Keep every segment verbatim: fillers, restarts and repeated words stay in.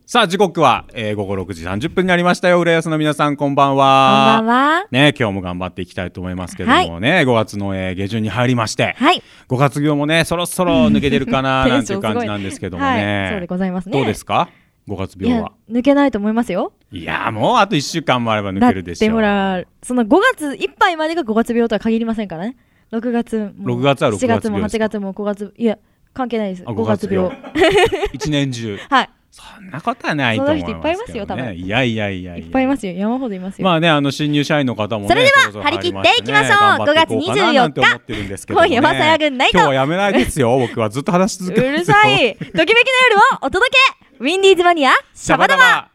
さあ時刻は、えー、午後ろくじさんじゅっぷんになりましたよ。浦安の皆さんこんばんは。 こんばんは。 ね、今日も頑張っていきたいと思いますけどもね、はい、ごがつの、えー、下旬に入りまして、はい、ごがつ病もねそろそろ抜けてるかななんていう感じなんですけどもね、 はい、そうでございますね。 どうですかごがつ病は。 いや抜けないと思いますよ。 いやもうあといっしゅうかんもあれば抜けるでしょう。 だってほらそのごがついっぱいまでがごがつ病とは限りませんからね。ろくがつもろくがつはろくがつ病ですか。しちがつもはちがつもごがついや関係ないです。ごがつ病一年中はいそんなことはないと思いますけどね。 その人いっぱいいますよ多分。 いやいやいやいやいっぱいいますよ。山ほどいますよ。 まあねあの新入社員の方もねそれでは張り切っていきましょう。ごがつにじゅうよっか今夜はさやぐんナイト。 今日はやめないですよ僕はずっと話し続けるうるさいときめきの夜をお届けウィンディーズマニアシャバダバ。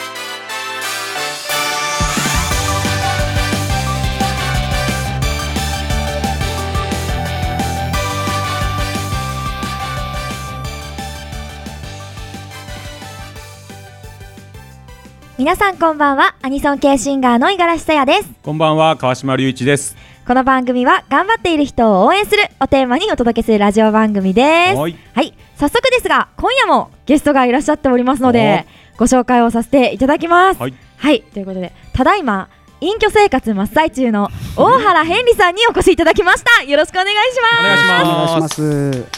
皆さんこんばんは。アニソン系シンガーの五十嵐さやです。 こんばんは川島隆一です。 この番組は頑張っている人を応援するをテーマにお届けするラジオ番組です。はい、はい、早速ですが今夜もゲストがいらっしゃっておりますのでご紹介をさせていただきます。はい、はい、ということでただいま隠居生活真っ最中の大原ヘンリさんにお越しいただきました。よろしくお願いします。 お願いします。お願いします。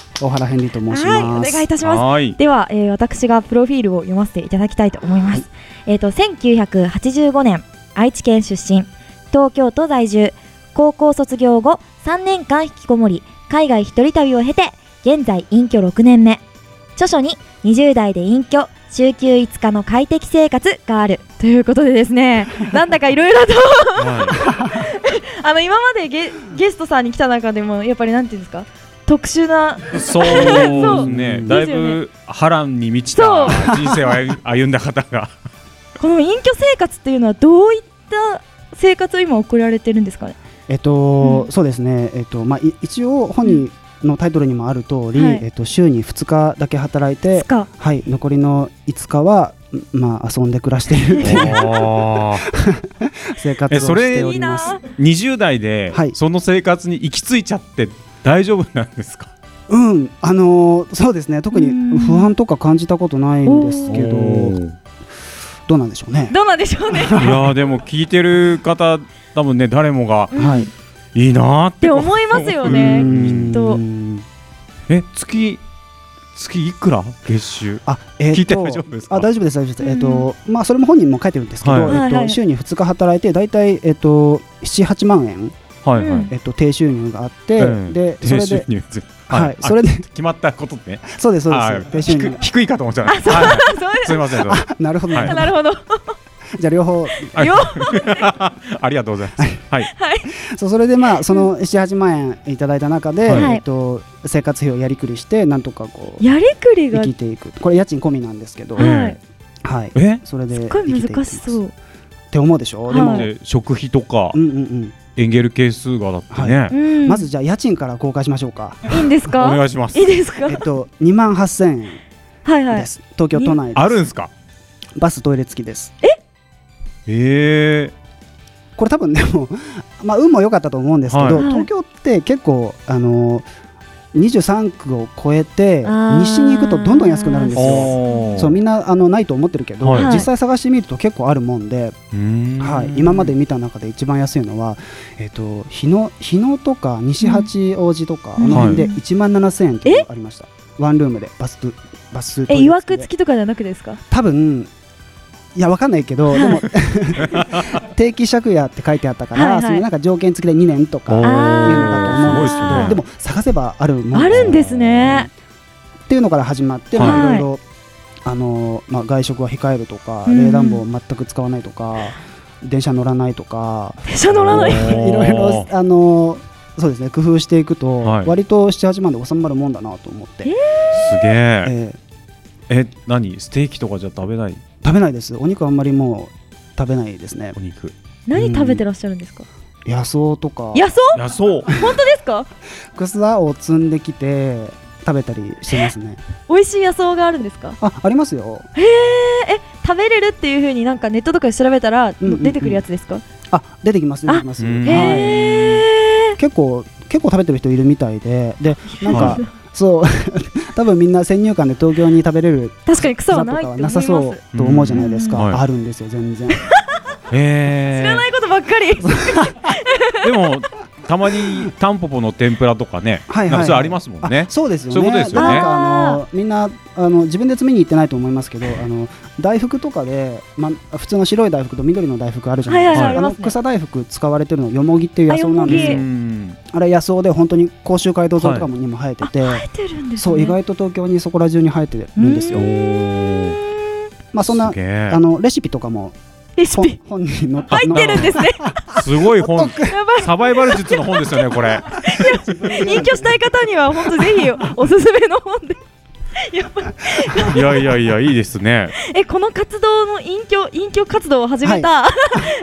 大原ヘンリと申します。はい、 お願いいたします。では、えー、私がプロフィールを読ませていただきたいと思います。はい、えーと、せんきゅうひゃくはちじゅうごねん愛知県出身、東京都在住、高校卒業後さんねんかん引きこもり海外一人旅を経て現在隠居ろくねんめ。著書ににじゅうだいで隠居週休いつかの快適生活があるということでですねなんだかいろいろとあの今まで ゲ, ゲストさんに来た中でもやっぱりなんていうんですか特殊なそうですねだいぶ波乱に満ちた人生を歩んだ方がこの隠居生活っていうのはどういった生活を今送られてるんですかね。 えっと、うん、そうですね、えっとまあ、一応本人のタイトルにもある通り、はい、えっと、週にふつかだけ働いて、はい、残りのいつかは、まあ、遊んで暮らしているっていう生活をしております。 にじゅうだいで、はい、その生活に行き着いちゃって大丈夫なんですか。 うん、あのー、そうですね特に不安とか感じたことないんですけどどうなんでしょうね。 どうなんでしょうねいやでも聞いてる方多分ね誰もが、はい、いいなって思いますよねきっと。 え月月いくら月収あ、えー、 聞いて大丈夫ですか。 あ大丈夫です大丈夫です。えーとまあ、それも本人も書いてるんですけど、はいえーとはい、週にふつか働いてだいたい、えーと、ななはちまんえん、はいはいえーと、低収入があって、うん、でそれで低収入はい、それで決まったことね。 そうですそうです。 低, 低いかと思っちゃう。すみません。 なるほど、はい、 なるほど。 じゃあ両方ありがとうございます。はい。はい、 そうそれでまあそのななはちまんえんいただいた中で、はい、えっと生活費をやりくりしてなんとかこうやりくりが生きていく。これ家賃込みなんですけど、はい。はい、 えそれですごい難しそうって思うでしょ。はい、 でもで食費とか。うんうんうん。エンゲル係数がだってね、はい、 まずじゃあ家賃から公開しましょうか。 いいんですか。 お願いします。 いいですか。 えっとにまんはっせんえんです。はいはい、東京都内です。 あるんですか。 バストイレ付きです。 ええー、 これ多分でもまあ運も良かったと思うんですけど、はい、東京って結構あのにじゅうさんくを超えて西に行くとどんどん安くなるんですよ。そうみんなあのないと思ってるけど、はい、実際探してみると結構あるもんで、はい、今まで見た中で一番安いのは、えー、と日野、日野とか西八王子とか、うん、あの辺でいちまんななせんえんっていうのがありました。ワンルームでバスバスえいわく付きとかじゃなくですか。 多分いやわかんないけど、はい、でも定期借家って書いてあったから、はいはい、そのなんか条件付きでにねんとかいうのだと思うんですけど、でも探せばあるもんあるんですねっていうのから始まって、はい、まあいろいろあの、まあ、外食は控えるとか、うん、冷暖房を全く使わないとか電車乗らないとか電車乗らないいろいろあのそうですね工夫していくと、はい、割とななはちまんで収まるもんだなと思って、えー、 すげえええ何ステーキとかじゃ食べない。 食べないです。お肉あんまりもう食べないですね。 お肉何食べてらっしゃるんですか。 野草とか。 野草野草本当ですか。 草を摘んできて食べたりしてますね。 美味しい野草があるんですか。 あ、ありますよ。 へーえ食べれるっていう風になんかネットとかで調べたら出てくるやつですか。うんうんうん、 あ出てきます出てきます。 へー、 はい、結構結構食べてる人いるみたいででなんかそう多分みんな先入観で東京に食べれる確かに草はないって思います。 なさそうと思うじゃないですか、 うん、 あるんですよ全然えー、 知らないことばっかりでもたまにタンポポの天ぷらとかね、はいはいはい、なんかそれありますもんね。 そうですよね。 そういうことですよね。 なんかあのみんなあの自分で詰めに行ってないと思いますけど、あの大福とかで、ま、普通の白い大福と緑の大福あるじゃないですか、はいはいはい、あの草大福使われてるのよもぎっていう野草なんですよ。 あ, あれ野草で本当に甲州街道沿いとかもにも生えてて、はい、 生えてるんですね。 そう意外と東京にそこら中に生えてるんですよ。まあそんなあのレシピとかもレシピ本に載って入ってるんですね。 すごい本、サバイバル術の本ですよねこれ。 隠居したい方には本当ぜひおすすめの本で。 いやいやいやいいですね。 えこの活動の隠居隠居活動を始めた、はい、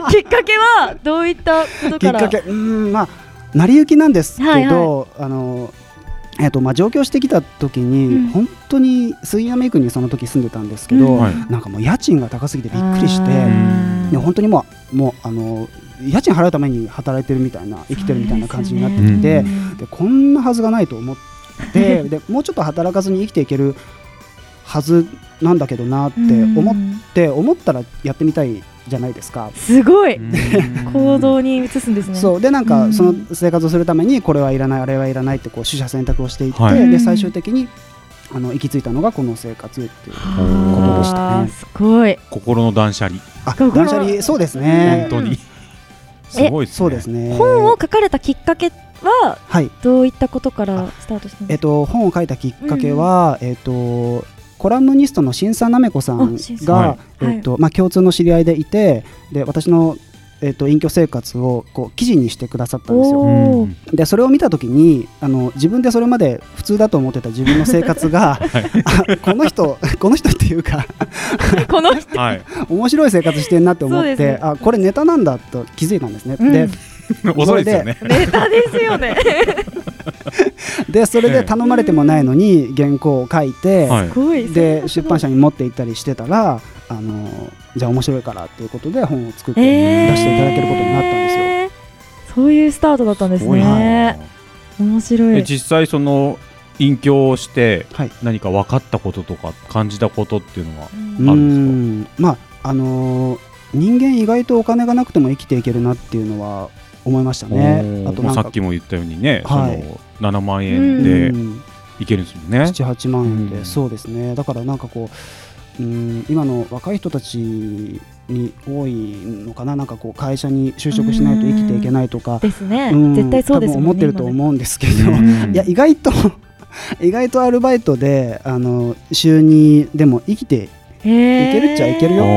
きっかけはどういったことから。 きっかけうんまあ成り行きなんですけど、はいはい、あのえーとまあ、上京してきた時に、うん、本当に杉並区にその時住んでたんですけど、うん、なんかもう家賃が高すぎてびっくりして、で本当にもう、もうあの家賃払うために働いてるみたいな生きてるみたいな感じになってきて、でこんなはずがないと思ってでもうちょっと働かずに生きていけるはずなんだけどなって思って思ったらやってみたいじゃないですか。 すごい行動に移すんですね。 そうでなんかその生活をするためにこれはいらないあれはいらないってこう取捨選択をしていって、はい、で最終的にあの行き着いたのがこの生活っていうことでしたね。 すごい心の断捨離。 あ断捨離そうですね。 本当にすごいですね。 そうですね。 本を書かれたきっかけは、はい、どういったことからスタートしたんですか。 えっと本を書いたきっかけは、うん、えっとコラムニストの新佐なめこさんが、えっとまあ、共通の知り合いでいて、で私の、えっと、隠居生活をこう記事にしてくださったんですよ。でそれを見たときにあの自分でそれまで普通だと思ってた自分の生活が、はい、あこの人この人っていうかこの人面白い生活してんなって思って、ね、あこれネタなんだと気づいたんですね。うん、で遅いですよね。 ネタですよね。 でそれで頼まれてもないのに原稿を書いて、はい、で出版社に持って行ったりしてたらあのじゃあ面白いからっていうことで本を作って出していただけることになったんですよ。えー、 そういうスタートだったんですね。面白い。 実際その隠居をして何か分かったこととか感じたことっていうのはあるんですか。うんまああのー、人間意外とお金がなくても生きていけるなっていうのは思いましたね。 あとなんかさっきも言ったようにね、はい、そのななまんえんでいけるんですもんね。なな、 はちまんえんで、うん、そうですね。だからなんかこう、うん、今の若い人たちに多いのかな、なんかこう会社に就職しないと生きていけないとかですね、うん、絶対そうですもんね。 多分思ってると思うんですけど、いや意外と意外とアルバイトであの週にでも生きていけるっちゃいけるよって、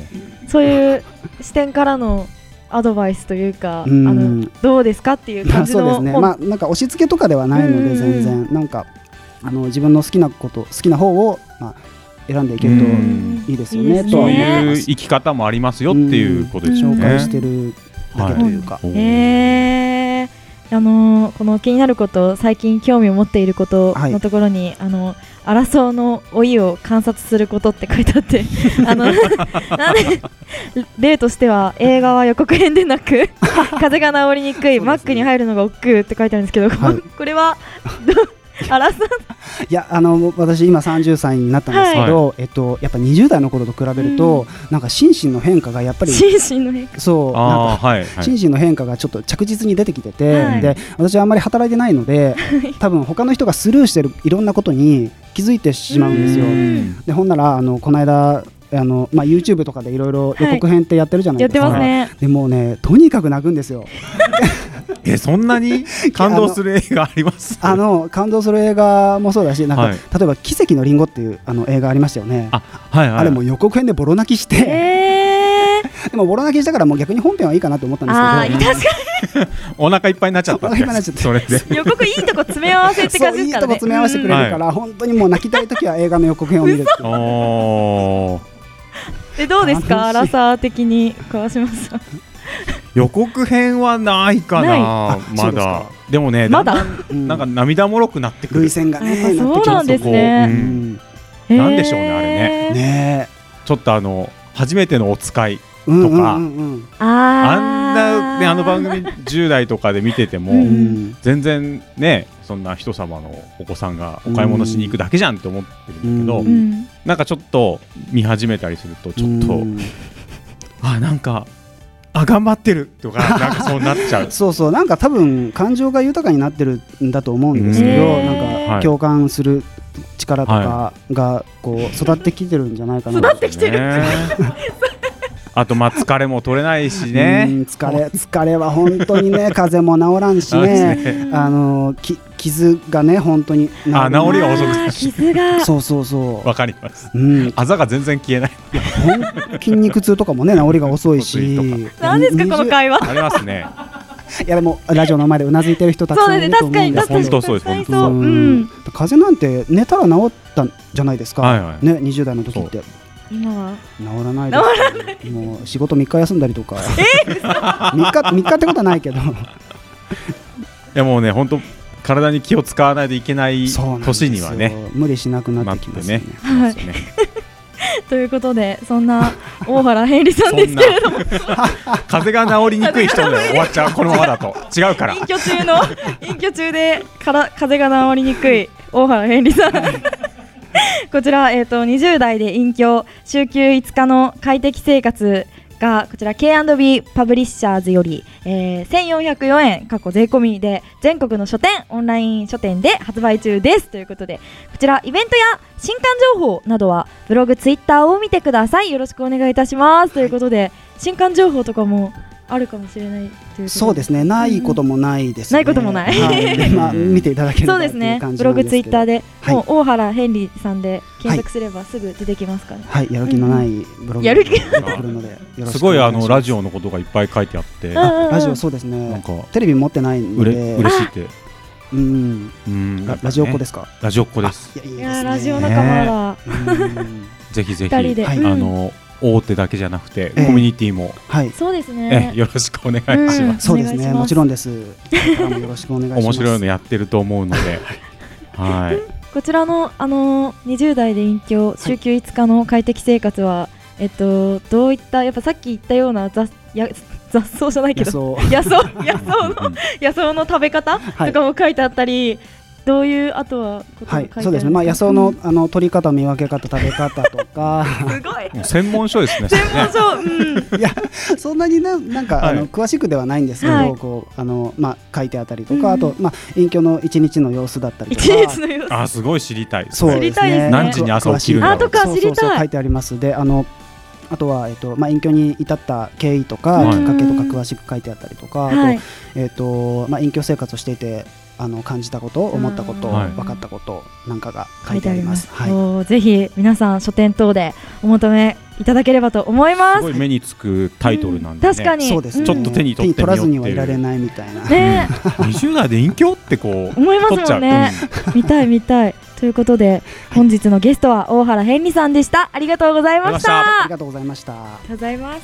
そういう視点からのアドバイスというか、うん、あのどうですかっていう感じの、まあ、そうですね。まあなんか押し付けとかではないので全然なんかあの自分の好きなこと好きな方を、まあ、選んでいけるといいですよね。 そういう生き方もありますよっていうことでしょうね。 紹介してるだけというか。 はい、へー、あのー、この気になること最近興味を持っていることのところに、はい、あの争うの老いを観察することって書いてあってあのなんで例としては映画は予告編でなく風邪が治りにくい、ね、マックに入るのが億劫って書いてあるんですけど、はい、これは争ういやあの私今さんじゅっさいになったんですけど、はい、えっと、やっぱにじゅう代の頃と比べると、うん、なんか心身の変化がやっぱり心身の変化そうなんか、はいはい、心身の変化がちょっと着実に出てきてて、はい、で私はあんまり働いてないので多分他の人がスルーしてるいろんなことに気づいてしまうんですよ。でほんならあのこの間あのまあ、YouTube とかでいろいろ予告編ってやってるじゃないですか、 はい、やってますね。 でもうねとにかく泣くんですよえそんなに感動する映画あります？ あの感動する映画もそうだしなんか、はい、例えば奇跡のリンゴっていうあの映画ありましたよね。 あ,、はいはい、あれも予告編でボロ泣きして、えー、でもボロ泣きしたからもう逆に本編はいいかなと思ったんですけど、あ確かにお腹いっぱいになっちゃったってそれで予告いいとこ詰め合わせって感じですからね。そういいとこ詰め合わせてくれるから、うん、本当にもう泣きたいときは映画の予告編を見るっていうえどうですかアラサー的に川島さん予告編はないかなまだ で, でもねまだなんか涙もろくなってくる涙腺がねそうなんですね、 うん、なんでしょうねあれねねちょっとあの初めてのお使いとか、うんうんうん、あ, あんな、ね、あの番組じゅう代とかで見てても、うん、全然ねそんな人様のお子さんがお買い物しに行くだけじゃんって思ってるんだけど、うん、なんかちょっと見始めたりするとちょっと、うん、あなんかあ頑張ってるとかなんかそうなっちゃうそうそうなんか多分感情が豊かになってるんだと思うんですけど、なんか共感する力とかがこう育ってきてるんじゃないかな、 育ってきてるあとまあ疲れも取れないしね、うん疲れ疲れは本当にね風邪も治らんしねあのき傷がね本当に治あ治りが遅くなる傷がそうそうそうわかります、うん、あざが全然消えない筋肉痛とかもね治りが遅いし何ですかこの会話ありますねいやでもラジオの前でうなずいてる人たくさんいると思うんですけど、 本当そうです本当そう、 うん、風邪なんて寝たら治ったんじゃないですか、はいはい、ねにじゅう代の時って今は治らないです。もう仕事みっか休んだりとかみっかみっかってことはないけどいやもうね本当体に気を使わないといけない年にはね無理しなくなってきますね。 はい、ということでそんな大原ヘイリさんですけれども風邪が治りにくい人で終わっちゃうこのままだと違うから隠居中の隠居中でから風邪が治りにくい大原ヘイリさんこちら、えー、とにじゅう代で隠居週休いつかの快適生活がこちら ケーアンドビー パブリッシャーズより、えー、せんよんひゃくよえん過去税込みで全国の書店オンライン書店で発売中ですということで、こちらイベントや新刊情報などはブログツイッターを見てください。よろしくお願いいたしますということで、新刊情報とかもあるかもしれないという。 そうですね、ないこともないですね、 ないこともない、 はいまあ、見ていただければという感じなんですけど、そうですね、 ブログツイッターで、はい、もう大原ヘンリーさんで検索すればすぐ出てきますからね。 はい、はい、やる気のないブログが出てくるのでよろしくお願いします。 すごいあのラジオのことがいっぱい書いてあって、 ラジオそうですね、なんかテレビ持ってないので嬉しいって。 うんうんラ、ラジオっ子ですか。 ラジオっ子です。 いやいいですね、ラジオ仲間だ、 ね、ぜひぜひ、はい、 あの大手だけじゃなくて、えー、コミュニティも、 はい、そうですね、 よろしくお願いします、うん、 そうですね、もちろんです。よろしくお願いします。 面白いのやってると思うのではい、 こちらの、あのー、にじゅう代で隠居週休いつかの快適生活は、えっと、どういったやっぱさっき言ったような雑や雑草じゃないけど野草野草の野草の食べ方とかも書いてあったり、はい、どういうあとはことが書いてあるんですか。はい、そうですね、まあ、 野草の、あの取り方見分け方食べ方とかすごい専門書ですね専門書、うん、 いやそんなにな、なんか、はい、あの詳しくではないんですけど、はい、こうあの、まあ、書いてあったりとか、うん、あと、まあ、隠居の一日の様子だったりとか、 一日の様子、 あすごい知りたい。 そうですね、 何時に朝起きるのかとか知りたい。そうそうそう書いてあります。で、あのあとは、えっとまあ、隠居に至った経緯とか、きっかけとか詳しく書いてあったりとか、はい、あと、えっとまあ、隠居生活をしていてあの感じたこと、思ったこと、分かったことなんかが書いてあります。 はい、ぜひ皆さん書店等でお求めいただければと思います。 すごい目につくタイトルなんで、ね、 確かにそうですね、 ちょっと手に取ってみようっていう、 手に取らずにはいられないみたいな、 ね、 にじゅう代で隠居ってこう思いますもんね、うん、見たい見たいということで、本日のゲストは大原ヘンリさんでした。ありがとうございました。 ありがとうございました。 ありがとうございます。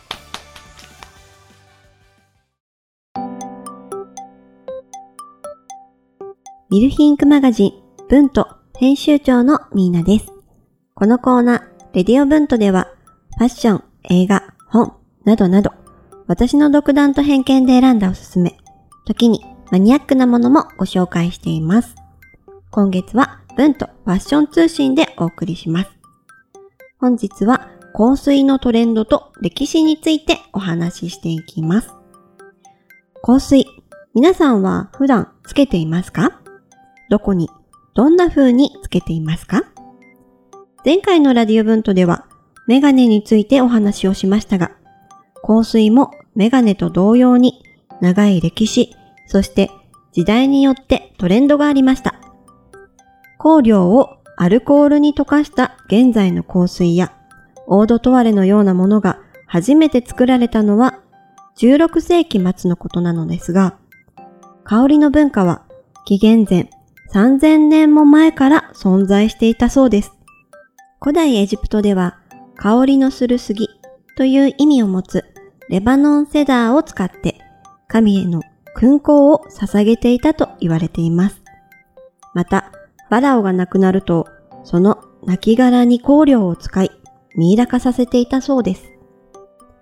ミルヒンクマガジンブント編集長のミーナです。このコーナーレディオブントではファッション、映画、本などなど私の独断と偏見で選んだおすすめ、時にマニアックなものもご紹介しています。今月はブントファッション通信でお送りします。本日は香水のトレンドと歴史についてお話ししていきます。香水、皆さんは普段つけていますか？どこに、どんな風につけていますか？前回のラディオブントではメガネについてお話をしましたが、香水もメガネと同様に長い歴史、そして時代によってトレンドがありました。香料をアルコールに溶かした現在の香水やオードトワレのようなものが初めて作られたのはじゅうろくせいき末のことなのですが、香りの文化は紀元前さんぜんねんも前から存在していたそうです。古代エジプトでは香りのする杉という意味を持つレバノンセダーを使って神への勲功を捧げていたと言われています。また、ファラオが亡くなると、その亡骸に香料を使い、ミイラ化させていたそうです。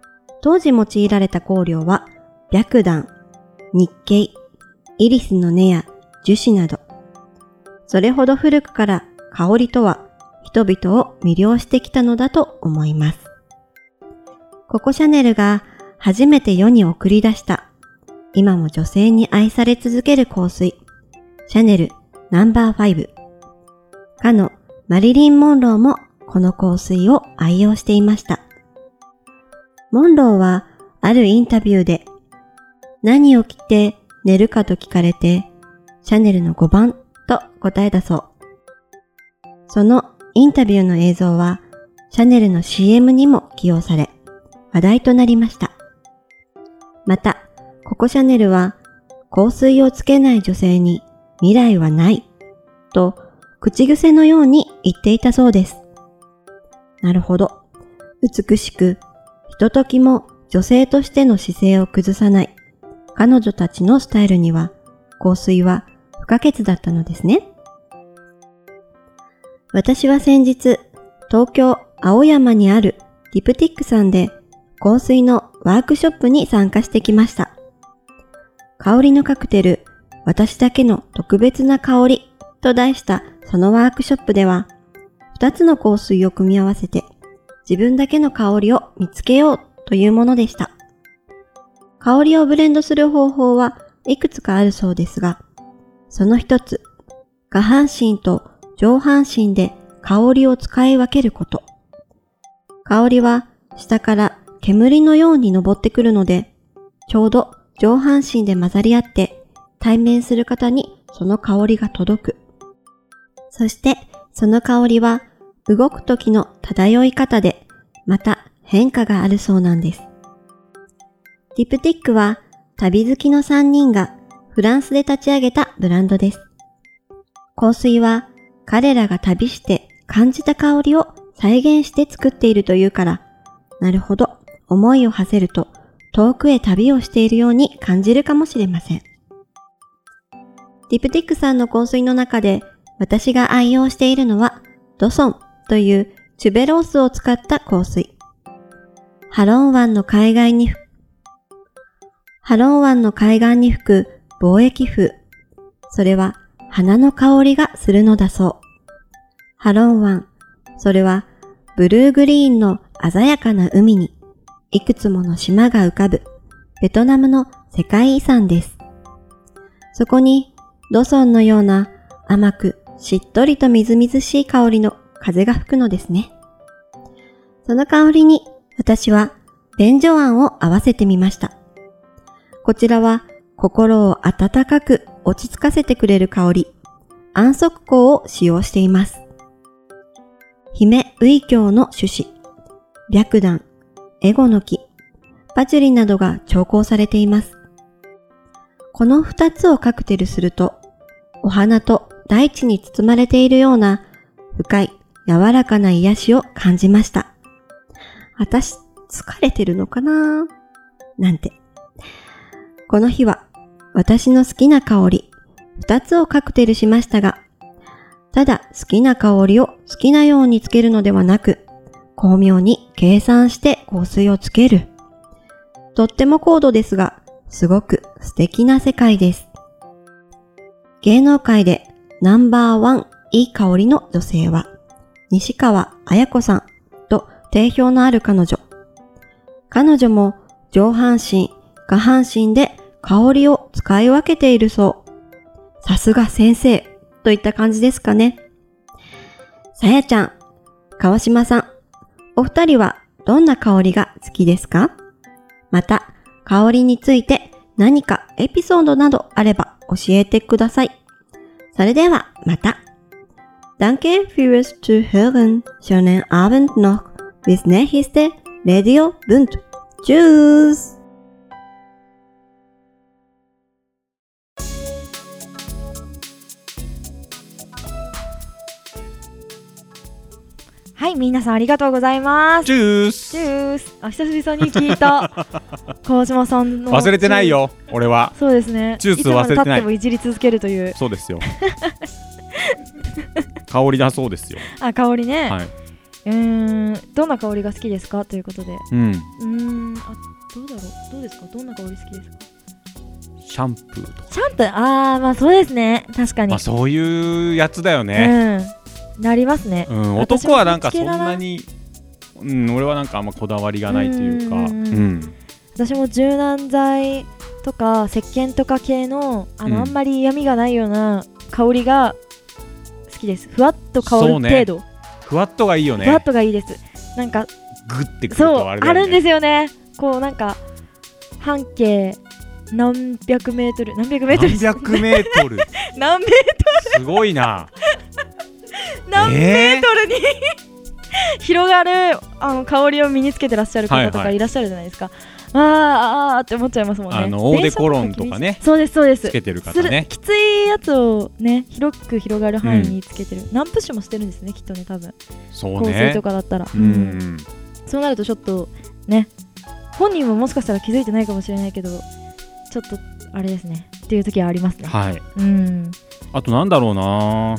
当時用いられた香料は白檀、日系、イリスの根や樹脂など。それほど古くから香りとは人々を魅了してきたのだと思います。ココシャネルが初めて世に送り出した、今も女性に愛され続ける香水、シャネルナンバーファイブ。かのマリリン・モンローもこの香水を愛用していました。モンローはあるインタビューで、何を着て寝るかと聞かれて、シャネルのごばんと答えたそう。そのインタビューの映像は、シャネルの シーエム にも起用され、話題となりました。また、ココシャネルは、香水をつけない女性に未来はない、と口癖のように言っていたそうです。なるほど。美しく、ひとときも女性としての姿勢を崩さない彼女たちのスタイルには香水は不可欠だったのですね。私は先日、東京青山にあるディプティックさんで香水のワークショップに参加してきました。香りのカクテル、私だけの特別な香りと題したそのワークショップでは、二つの香水を組み合わせて自分だけの香りを見つけようというものでした。香りをブレンドする方法はいくつかあるそうですが、その一つ、下半身と上半身で香りを使い分けること。香りは下から煙のように上ってくるので、ちょうど上半身で混ざり合って対面する方にその香りが届く。そしてその香りは動く時の漂い方でまた変化があるそうなんです。ディプティックは旅好きのさんにんがフランスで立ち上げたブランドです。香水は彼らが旅して感じた香りを再現して作っているというから、なるほど、思いを馳せると遠くへ旅をしているように感じるかもしれません。ディプティックさんの香水の中で私が愛用しているのはドソンというチュベロースを使った香水。ハロン湾の海岸にハロン湾の海岸に吹く貿易風。それは花の香りがするのだそう。ハロン湾、それはブルーグリーンの鮮やかな海にいくつもの島が浮かぶベトナムの世界遺産です。そこにドソンのような甘くしっとりとみずみずしい香りの風が吹くのですね。その香りに私はベンジョアンを合わせてみました。こちらは心を温かく落ち着かせてくれる香り、安息香を使用しています。姫ウイキョウの種子、白檀、エゴの木、パチュリなどが調香されています。この二つをカクテルすると、お花と大地に包まれているような深い柔らかな癒しを感じました。私、疲れてるのかななんて。この日は私の好きな香り、二つをカクテルしましたが、ただ好きな香りを好きなようにつけるのではなく、巧妙に計算して香水をつける。とっても高度ですが、すごく素敵な世界です。芸能界でナンバーワンいい香りの女性は、西川綾子さんと定評のある彼女。彼女も上半身、下半身で香りを使い分けているそう。さすが先生といった感じですかね。さやちゃん、川島さん、お二人はどんな香りが好きですか？また、香りについて何かエピソードなどあれば教えてください。それではまた。Danke fürs Zuhören. Schönen Abend noch. Bis nächste Radio Bund. Tschüss. はい、皆さんありがとうございます。 チュースチュース。あ、久しぶりに聞いた川島さんの忘れてないよ、俺は。 そうですね。 チュース忘れてない。いつまで経ってもいじり続けるという。 そうですよ。香りだそうですよ。 あ、香りね。 はい。 えー、どんな香りが好きですかということで、 うん、 うーんあどうだろうどうですかどんな香り好きですか。 シャンプーとか。 シャンプーあーまあそうですね確かに、 まあ、そういうやつだよね、 うん、なりますね、 うん、男はなんかそんなにうん、俺はなんかあんまこだわりがないというか、うんうんうん、 私も柔軟剤とか石鹸とか系の あの、うん、あんまり嫌味がないような香りが好きです。ふわっと香る程度、ね、 ふわっとがいいよね。 ふわっとがいいです。なんかグッてくるとあれだよね。 そうあるんですよね。こうなんか半径何百メートル何百メートル何百メートル何メートルすごいな何メートルに、えー、広がるあの香りを身につけてらっしゃる方とかいらっしゃるじゃないですか、はいはい、あーあーって思っちゃいますもんね。 あのオーデコロンとかねそうですそうですつけてる方ねきついやつをね広く広がる範囲につけてる、うん、何プッシュもしてるんですねきっとね多分そうね香水とかだったら、うんうん、そうなるとちょっとね本人ももしかしたら気づいてないかもしれないけどちょっとあれですねっていう時はありますね。 はい、 うん、 あとなんだろうな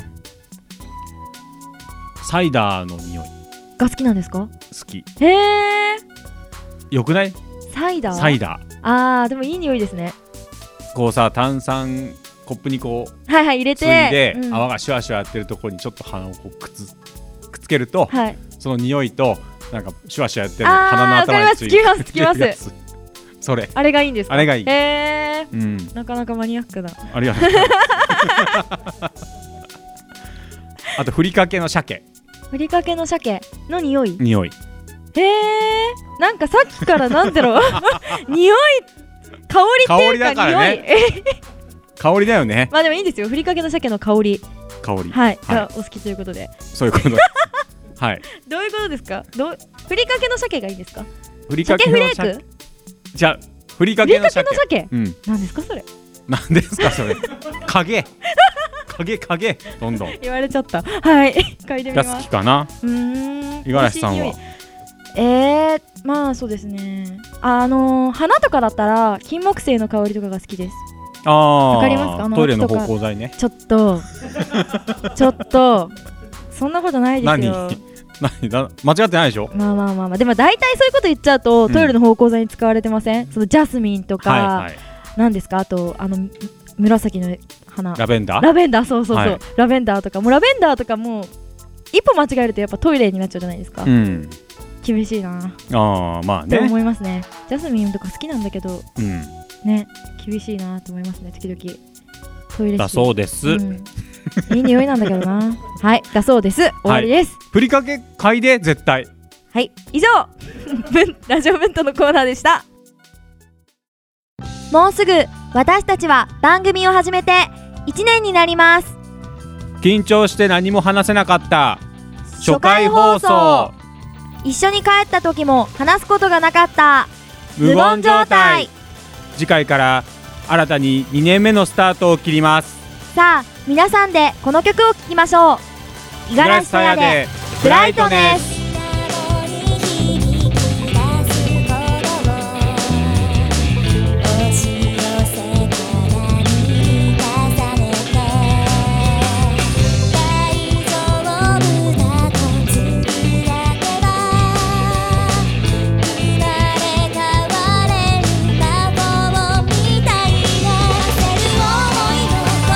サイダーの匂いが好きなんですか。 好き。 へーよくないサイダーサイダーあーでもいい匂いですね。 こうさ炭酸コップにこうはいはい入れてついで、 うん、 泡がシュワシュワやってるところにちょっと鼻をこうくっつくっつけると、 はい、 その匂いとなんかシュワシュワやってるの鼻の頭についてるつきますつきますそれあれがいいんですか。 あれがいい。 へー、 うん、 なかなかマニアックだ。 ありがとうございますあとふりかけの鮭ふりかけの鮭の匂い匂いへーなんかさっきからなんだろう匂い香りっていうか香りだからね香りだよね。 まあでもいいんですよふりかけの鮭の香り香りはい、はい、がお好きということでそういうことはいどういうことですか。どうふりかけの鮭がいいですか。 ふりかけの鮭フレークじゃあふりかけの鮭ふりかけの鮭、 うん、 何ですかそれ。 何ですかそれ影影影どんどん言われちゃったはい嗅いでみます。 が好きかな。 うーん五十嵐さんは。 えー、まあそうですねあのー、花とかだったら金木犀の香りとかが好きです。 ああわかりますか。あのトイレの芳香剤ね。 ちょっとちょっとそんなことないですよ。 何だ間違ってないでしょ。 まあまあまあまあでも大体そういうこと言っちゃうと、うん、トイレの芳香剤に使われてません。そのジャスミンとか、はいはい、なんですかあとあの紫の花ラベンダーラベンダーそうそうそう、はい、ラベンダーとかもうラベンダーとかも一歩間違えるとやっぱトイレになっちゃうじゃないですか、うん、厳しいなあまあねって思いますね。ジャスミンとか好きなんだけど、 うん、 ね厳しいなと思いますね時々トイレだそうです、うん、 いい匂いなんだけどなはいだそうです終わりです、 はい、ふりかけ嗅いで絶対はい以上ラジオブントのコーナーでした。もうすぐ私たちは番組を始めていちねんになります。 緊張して何も話せなかった初回放送、 一緒に帰った時も話すことがなかった無言状態。次回から新たににねんめのスタートを切ります。 さあ皆さんでこの曲を聴きましょう。五十嵐さやでブライトネス。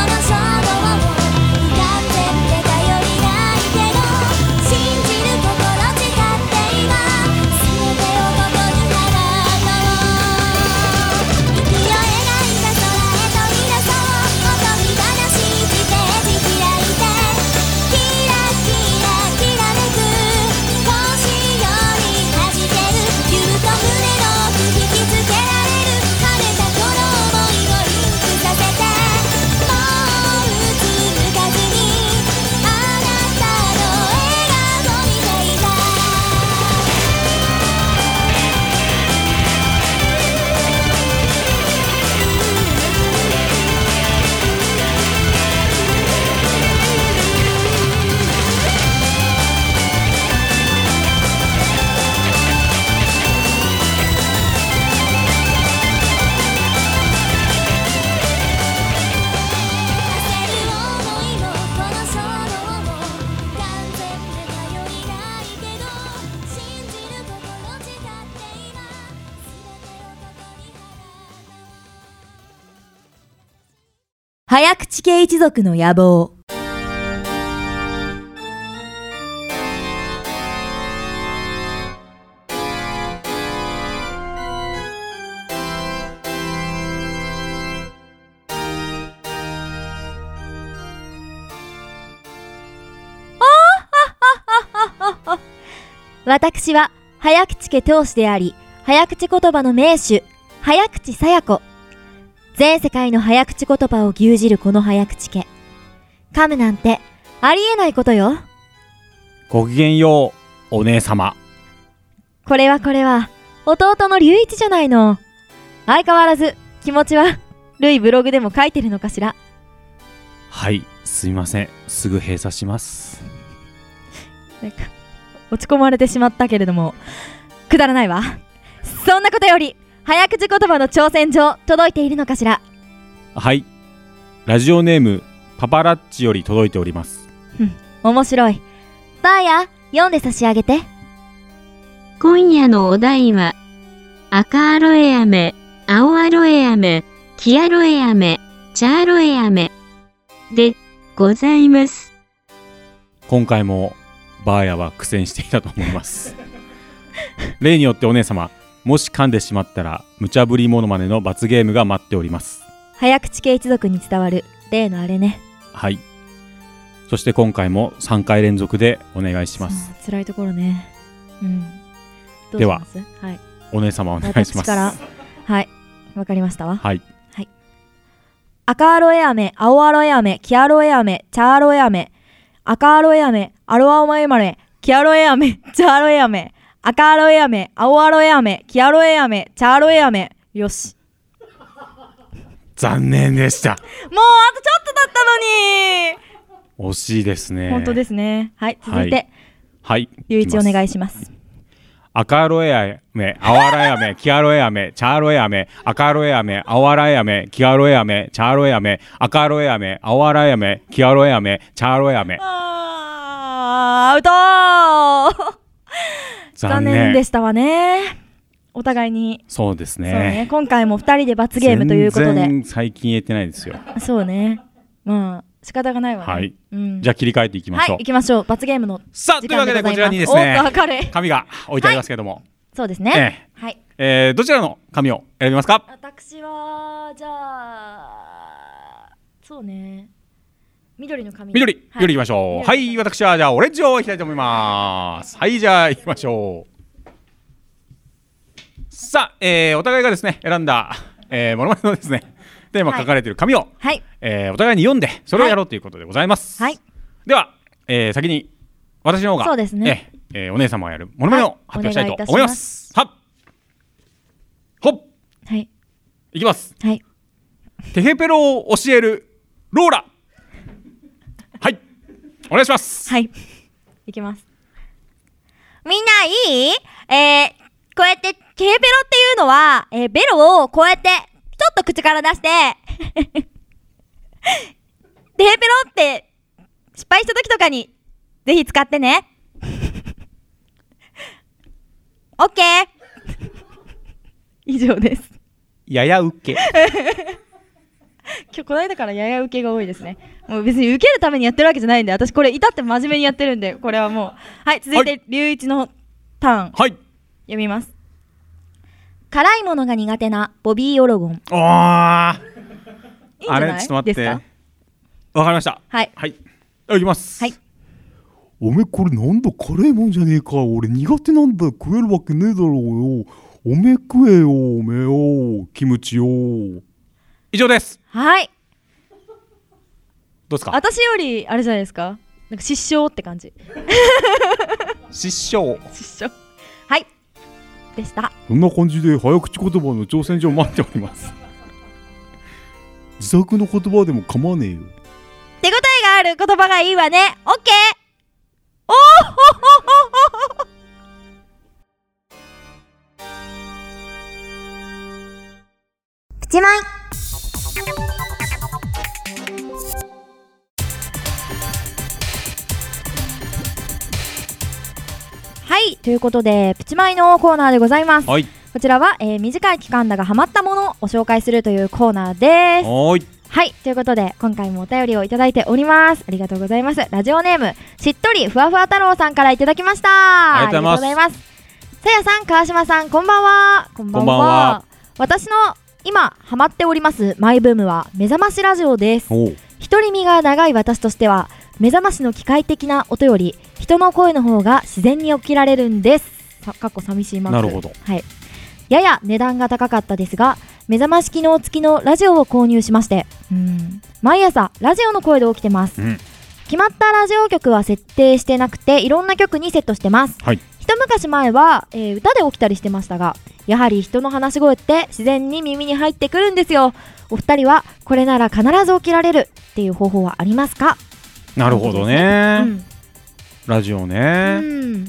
信じる心早口系一族の野望。私は早口家当主であり、早口言葉の名手、早口さや子。全世界の早口言葉を牛耳るこの早口家。噛むなんてありえないことよ。 ごきげんよう、お姉様。 これはこれは、弟の隆一じゃないの。相変わらず、気持ちは、ルイブログでも書いてるのかしら。 はい、すみません。すぐ閉鎖します。 なんか落ち込まれてしまったけれども、くだらないわ。そんなことより、早口言葉の挑戦状届いているのかしら。 はい、ラジオネームパパラッチより届いております。 うん、面白い。バーヤ、読んで差し上げて。 今夜のお題は、赤アロエアメ、青アロエアメ、黄アロエアメ、茶アロエアメでございます。 今回もバーヤは苦戦していたと思います例によってお姉様、もし噛んでしまったら無茶ぶりモノマネの罰ゲームが待っております。 早口系一族に伝わる例のあれね。 はい、そして今回もさんかい連続でお願いします。 辛いところね。うん、どうでは、 します？はい、 お姉様お願いします。 私からはい、わかりましたわ。 はい、 はい、赤アロエ飴、青アロエ飴、黄アロエ飴、茶アロエ飴、赤アロエ飴、アロアオマエマレ、黄アロエ飴、茶アロエ飴、赤アロエ飴、青アロエ飴、黄アロエ飴、茶アロエ飴。よし。 残念でした。もうあとちょっとだったのに。惜しいですね。 本当ですね。はい、続いてはい、 ゆういちお願いします。 赤アロエ飴、青アロエ飴、黄アロエ飴、茶アロエ飴、赤アロエ飴、青アロエ飴、黄アロエ飴、茶アロエ飴、赤アロエ飴、青アロエ飴、黄アロエ飴、茶アロエ飴。 あー、アウトー残念でしたわね。お互いに。 そうですね。 そうね、今回もふたりで罰ゲームということで。 全然最近言えてないですよ。 そうね、まあ仕方がないわね。 はい、 うん、 じゃあ切り替えていきましょう。 はい、行きましょう。罰ゲームのさあ、というわけでこちらにですね、 おっと明るい紙が置いてありますけども、 はい、そうですね、 えーはい、 えー、どちらの紙を選びますか？ 私はじゃあそうね、緑の紙。 緑、 はい、 緑いきましょう。はい、私はじゃあオレンジをいきたいと思います。はい、じゃあいきましょう。さあ、えー、お互いがですね選んだ、えー、モノマネのですねテーマ書かれている紙を、はい、えー、お互いに読んでそれをやろうということでございます。はい、では、えー、先に私の方がそうですね、 えーえー、お姉様がやるモノマネを発表したいと思います。はい、はっほっ、はい、いきます。はい、テヘペロを教えるローラ。はい、お願いします。 はい、いきます。みんないい？えー、こうやってテヘペロっていうのは、えー、ベロをこうやってちょっと口から出してテヘペロって失敗した時とかにぜひ使ってね。オッケー。以上です。 やや受け。 今日この間からやや受けが多いですね。もう別に受けるためにやってるわけじゃないんで、私これ至って真面目にやってるんで、これはもうはい続いて龍一のターン、はい、読みます。辛いものが苦手なボビー・オロゴン。 あいいんじゃない？ あれちょっと待って。わかりました。はいはい。いきます。はい。おめこれなんだ辛いもんじゃねえか。俺苦手なんだ。食えるわけねえだろうよ。おめ食えよおめよキムチよ。以上です。はい。どうですか？私よりあれじゃないですか。なんか失笑って感じ。失笑。失笑。はい。でした。こんな感じで早口言葉の挑戦状待っております。自作の言葉でも構わねえよ。手応えがある言葉がいいわね。オッケー。おーほほほほほ。プチマイ。はい、ということでプチマイのコーナーでございます。はい、こちらは、えー、短い期間だがハマったものを紹介するというコーナーです。はい、 はい、ということで今回もお便りをいただいております。ありがとうございます。ラジオネームしっとりふわふわ太郎さんからいただきました。 ありがとうございます。 さやさん、川島さん、こんばんは。こんばんは。んばんは。私の今ハマっておりますマイブームは目覚ましラジオです。独り身が長い私としては目覚ましの機械的な音より人の声の方が自然に起きられるんです。かっこ寂しいマーク。 なるほど。 はい。やや値段が高かったですが目覚まし機能付きのラジオを購入しまして、うん、毎朝ラジオの声で起きてます、うん、決まったラジオ局は設定してなくていろんな曲にセットしてます、はい、一昔前は、えー、歌で起きたりしてましたがやはり人の話し声って自然に耳に入ってくるんですよ。お二人はこれなら必ず起きられるっていう方法はありますか？ なるほどね、うん、ラジオね、うん、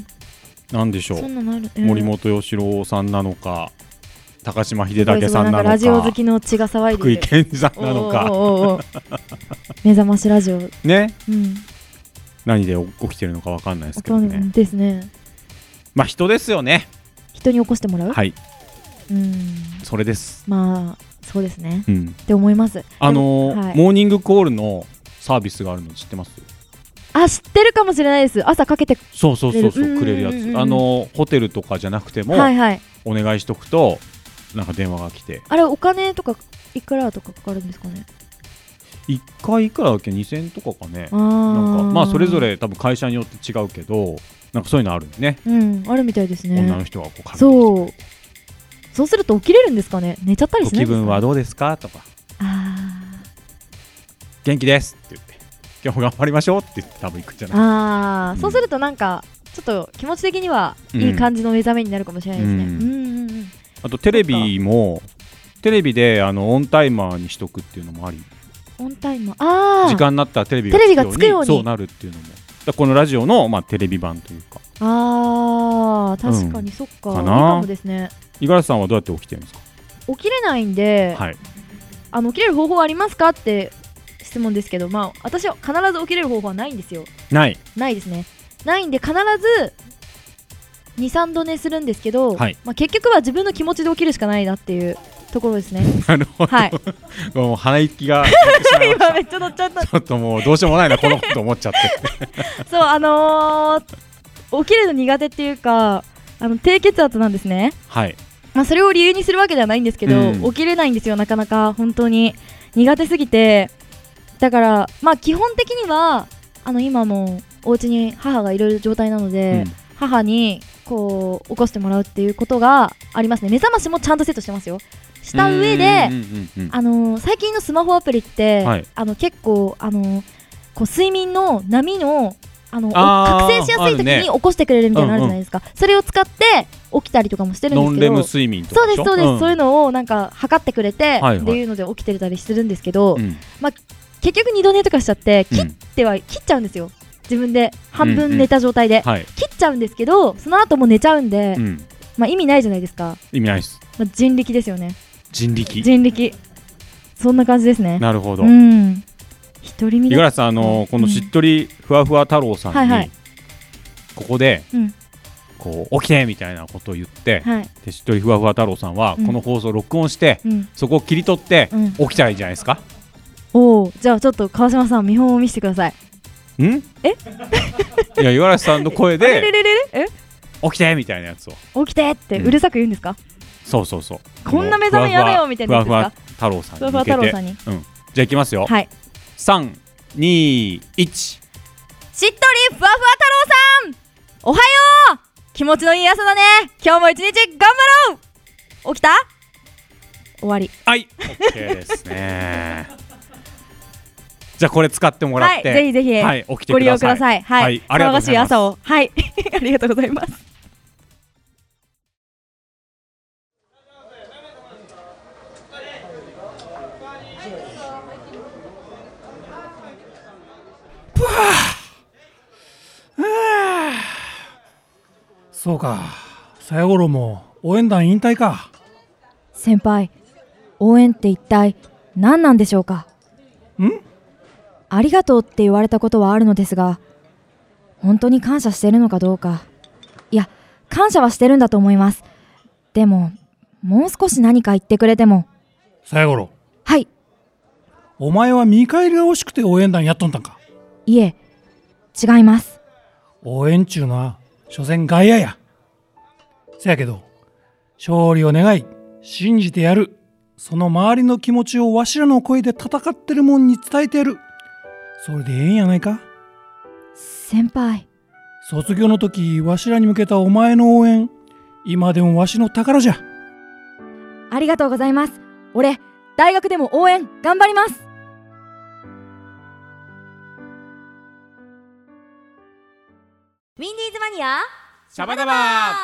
なんでしょう、うん、森本義郎さんなのか高島秀武さんなのか、 ラジオ好きの血が騒いでる福井健二さんなのか、おーおーおー目覚ましラジオね、うん、何で起きてるのか分かんないですけどね。 ですね。 まあ人ですよね。 人に起こしてもらう。 はい。 うん。 それです。 まあそうですね。うん。って思います。 あのーはい、モーニングコールのサービスがあるの知ってます？ あ、知ってるかもしれないです。朝かけてくれる。 そうそうそうそうくれるやつ。あのー、ホテルとかじゃなくても、はいはい、お願いしとくと。なんか電話が来て、 あれお金とかいくらとかかかるんですかね。 いっかいいくらだっけ、にせんえんとかかね。あなんかまあそれぞれ多分会社によって違うけどなんかそういうのあるんね。 うんあるみたいですね。 女の人がこうかけてそうそうすると起きれるんですかね。寝ちゃったりしないんですかね。 気分はどうですかとか、あ元気ですって言って今日も頑張りましょうって言って多分行くんじゃない。 あ、うん、そうするとなんかちょっと気持ち的にはいい感じの目覚めになるかもしれないですね。うんうんうんうん、 あとテレビもテレビであのオンタイマーにしとくっていうのもあり。 オンタイマー、あ時間になったらテレビがつくようにそうなるっていうのもだこのラジオの、まあ、テレビ版というか。 あー確かに、うん、そっかかないいかもですね。 五十嵐さんはどうやって起きてるんですか？ 起きれないんで、はい、あの起きれる方法はありますかって質問ですけど、まあ私は必ず起きれる方法はないんですよ。 ないないですね。ないんで必ずに、さんど寝するんですけど、はい、まあ、結局は自分の気持ちで起きるしかないなっていうところですね。 なるほど、はい、もう鼻息が今めっちゃ乗っちゃった。 ちょっともうどうしようもないなこのこと思っちゃってそうあのー、起きるの苦手っていうかあの低血圧なんですね。はい、まあ、それを理由にするわけではないんですけど、うん、起きれないんですよ。なかなか本当に苦手すぎて。だからまあ基本的にはあの今もお家に母がいる状態なので、うん、母にこう起こしてもらうっていうことがありますね。目覚ましもちゃんとセットしてますよ。した上で、あのー、最近のスマホアプリって、はい、あの結構、あのー、こう睡眠の波の、あの覚醒しやすい時に起こしてくれるみたいなのあるじゃないですか、ねうんうん、それを使って起きたりとかもしてるんですけど、 ノンレム睡眠とかでしょ。 そうですそうです、 うん、 そういうのをなんか測ってくれて、はいはい、っていうので起きてたりするんですけど、うん、まあ、結局二度寝とかしちゃって切っては、うん、切っちゃうんですよ。自分で半分寝た状態で、うんうん、はい、切っちゃうんですけどその後も寝ちゃうんで、うん、まあ、意味ないじゃないですか。 意味ないです、 まあ、人力ですよね。 人力人力そんな感じですね。 なるほど、 うん、独り身五十嵐さん、あのー、このしっとりふわふわ太郎さんに、はいはい、ここで、うん、こう起きてみたいなことを言って、はい、でしっとりふわふわ太郎さんは、うん、この放送を録音して、うん、そこを切り取って、うん、起きたらいいんじゃないですか。 おお、じゃあちょっと川島さん見本を見せてください。 んえいや五十嵐さんの声で起きてみたいなやつを起きてってうるさく言うんですか、うん、 そうそうそう、 こんな目覚めやだよみたいなやつですか。 ふわふわ太郎さんに向けて、ふわふわ太郎さんに、うん、じゃあいきますよ。はい、さん、に、いち。しっとりふわふわ太郎さん、おはよう。気持ちのいい朝だね。今日も一日頑張ろう。起きた？終わり。 はい、 OK ですねじゃあこれ使ってもらって、 はい、ぜひぜひ、はい、起きてください。ご利用ください。はい、はい、騒がしい朝を、はい、ありがとうございます。 そうか、さやごろも応援団引退か。 先輩、応援って一体何なんでしょうか。 ん？ ありがとうって言われたことはあるのですが、本当に感謝してるのかどうか。いや、感謝はしてるんだと思います。でももう少し何か言ってくれても。 さやごろ、 はい。 お前は見返りが欲しくて応援団やっとんたんか。 いえ、違います。 応援中のは所詮外野や。せやけど勝利を願い信じてやる、その周りの気持ちをわしらの声で戦ってるもんに伝えてやる、それでええんやないか。 先輩、 卒業の時わしらに向けたお前の応援、今でもわしの宝じゃ。 ありがとうございます。俺、大学でも応援頑張ります。ウィンディーズマニアシャバダバ。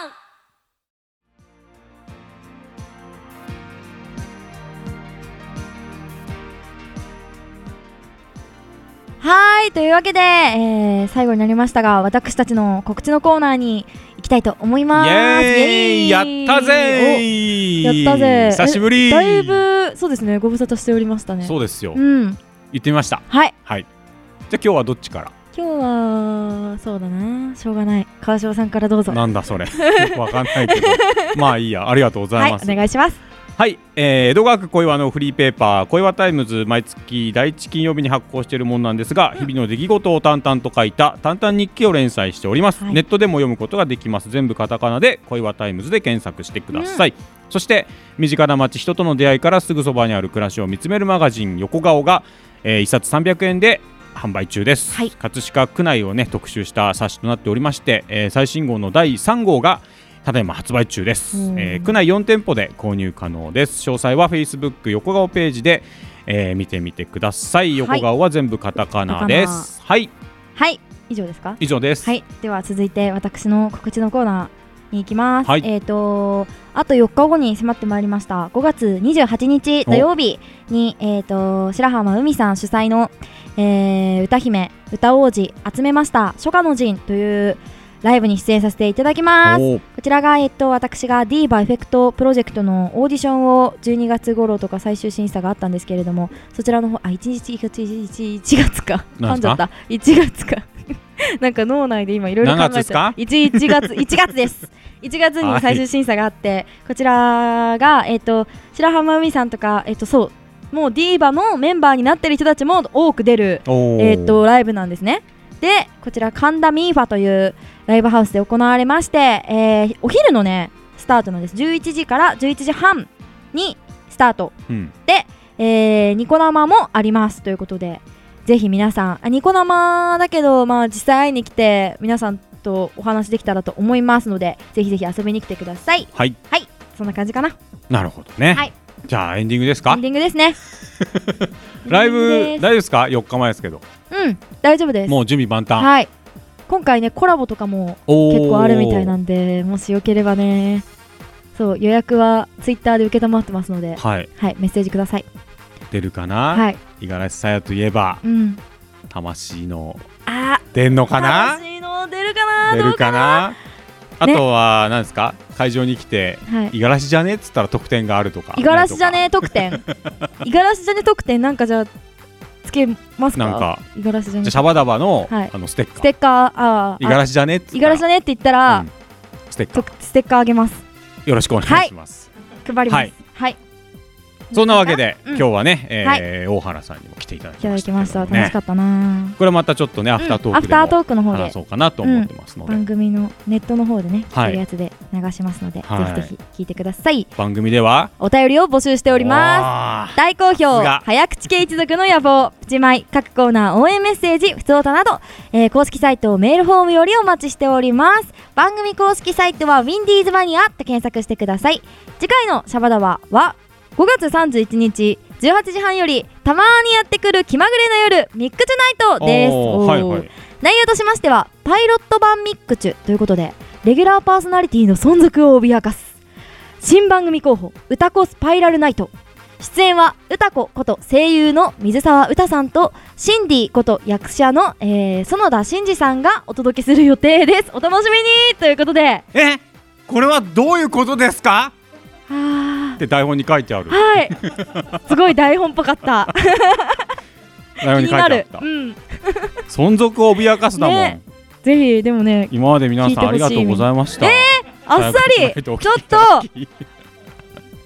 はい、というわけで、えー、最後になりましたが、私たちの告知のコーナーに行きたいと思います。 イエーイ、やったぜー、 やったぜ、 久しぶり。 だいぶそうですね、ご無沙汰しておりましたね。 そうですよ、 うん、 言ってみました。 はい、 はい、じゃあ今日はどっちから。 今日はそうだな、しょうがない、川島さんからどうぞ。 なんだそれよくわかんないけどまあいいや、ありがとうございます。 はい、お願いします。 はい、えー、江戸川区小岩のフリーペーパー小岩タイムズ、毎月だいいち金曜日に発行しているものなんですが、うん、日々の出来事を淡々と書いた淡々日記を連載しております、はい、ネットでも読むことができます。全部カタカナで小岩タイムズで検索してください、うん、そして身近な街、人との出会いからすぐそばにある暮らしを見つめるマガジン横顔が、えー、いっさつさんびゃくえんで販売中です、はい、葛飾区内を、ね、特集した冊子となっておりまして、えー、最新号のだいさん号がただいま発売中です、えー、区内よん店舗で購入可能です。詳細は Facebook 横顔ページで、えー、見てみてください。横顔は全部カタカナです。はい、はい、以上ですか。以上です。はい、では続いて私の告知のコーナーに行きます、はい、えーとあとよっかごに迫ってまいりましたごがつにじゅうはちにち土曜日に、えーと白浜海さん主催の、えー、歌姫歌王子集めました初夏の陣というライブに出演させていただきます。こちらが、えっと、私がディーバエフェクトプロジェクトのオーディションをじゅうにがつ頃とか最終審査があったんですけれども、そちらの方、あ、いちにちいちがつか噛んじゃったいちがつかなんか脳内で今いろいろ考えていちがついちがつですいちがつに最終審査があって、はい、こちらが、えっと、白浜海さんとか、えっと、そうもうディーバのメンバーになってる人たちも多く出る、えっと、ライブなんですね。でこちら神田ミーファというライブハウスで行われまして、えー、お昼のねスタートなんです。じゅういちじからじゅういちじはんにスタート、うん、で、えー、ニコ生もありますということで、ぜひ皆さんあニコ生だけど、まあ、実際会いに来て皆さんとお話できたらと思いますので、ぜひぜひ遊びに来てください。はい、はい、そんな感じかな。なるほどね、はい、じゃあエンディングですか。エンディングですねライブ大丈夫ですか。よっかまえですけど。うん大丈夫です。もう準備万端。はい、今回ねコラボとかも結構あるみたいなんで、もしよければね、そう予約はツイッターで受けたまってますので、はい、はい、メッセージください。出るかな。はい、五十嵐さやといえば、うん、魂のあ出んのかな。魂の出るかな。出るかな。あとは何ですか、会場に来て五十嵐じゃねっつったら特典があるとか。五十嵐じゃね特典五十嵐じゃね特典なんかじゃあつけますか。なんか五十嵐じゃね、じゃシャバダバの、はい、あのステッカーステッカーあ五十嵐じゃね五十嵐じゃねって言ったら、うん、ステッカーステッカーあげます。よろしくお願いします。はい、配ります。はい、はい、そんなわけで、うん、今日はね、えーはい、大原さんにも来ていただきましたけど、ね、いただきました。楽しかったな。これまたちょっとね、アフタートークでも、うん、アフタートークの方で話そうかなと思ってますので、うん、番組のネットの方でね、聞けるやつで流しますので、はい、ぜひぜひ聞いてください。番組ではお便りを募集しております。大好評早口系一族の野望、プチマイ、各コーナー応援メッセージ、ふつおたなど、えー、公式サイトメールフォームよりお待ちしております。番組公式サイトはウィンディーズマニアと検索してください。次回のシャバダバはごがつさんじゅういちにちじゅうはちじはんよりたまーにやってくる気まぐれの夜ミックチュナイトです。はいはい、内容としましてはパイロット版ミックチュということで、レギュラーパーソナリティの存続を脅かす新番組候補歌子スパイラルナイト。出演は歌子こと声優の水沢歌さんとシンディこと役者の、えー、園田真二さんがお届けする予定です。お楽しみにということで、えこれはどういうことですかって台本に書いてある。はいすごい台本っぽかった台本に書いてあった、うん、存続を脅かすだもん、ね、ぜひでもね今まで皆さんありがとうございました。えー、あっさりちょっと引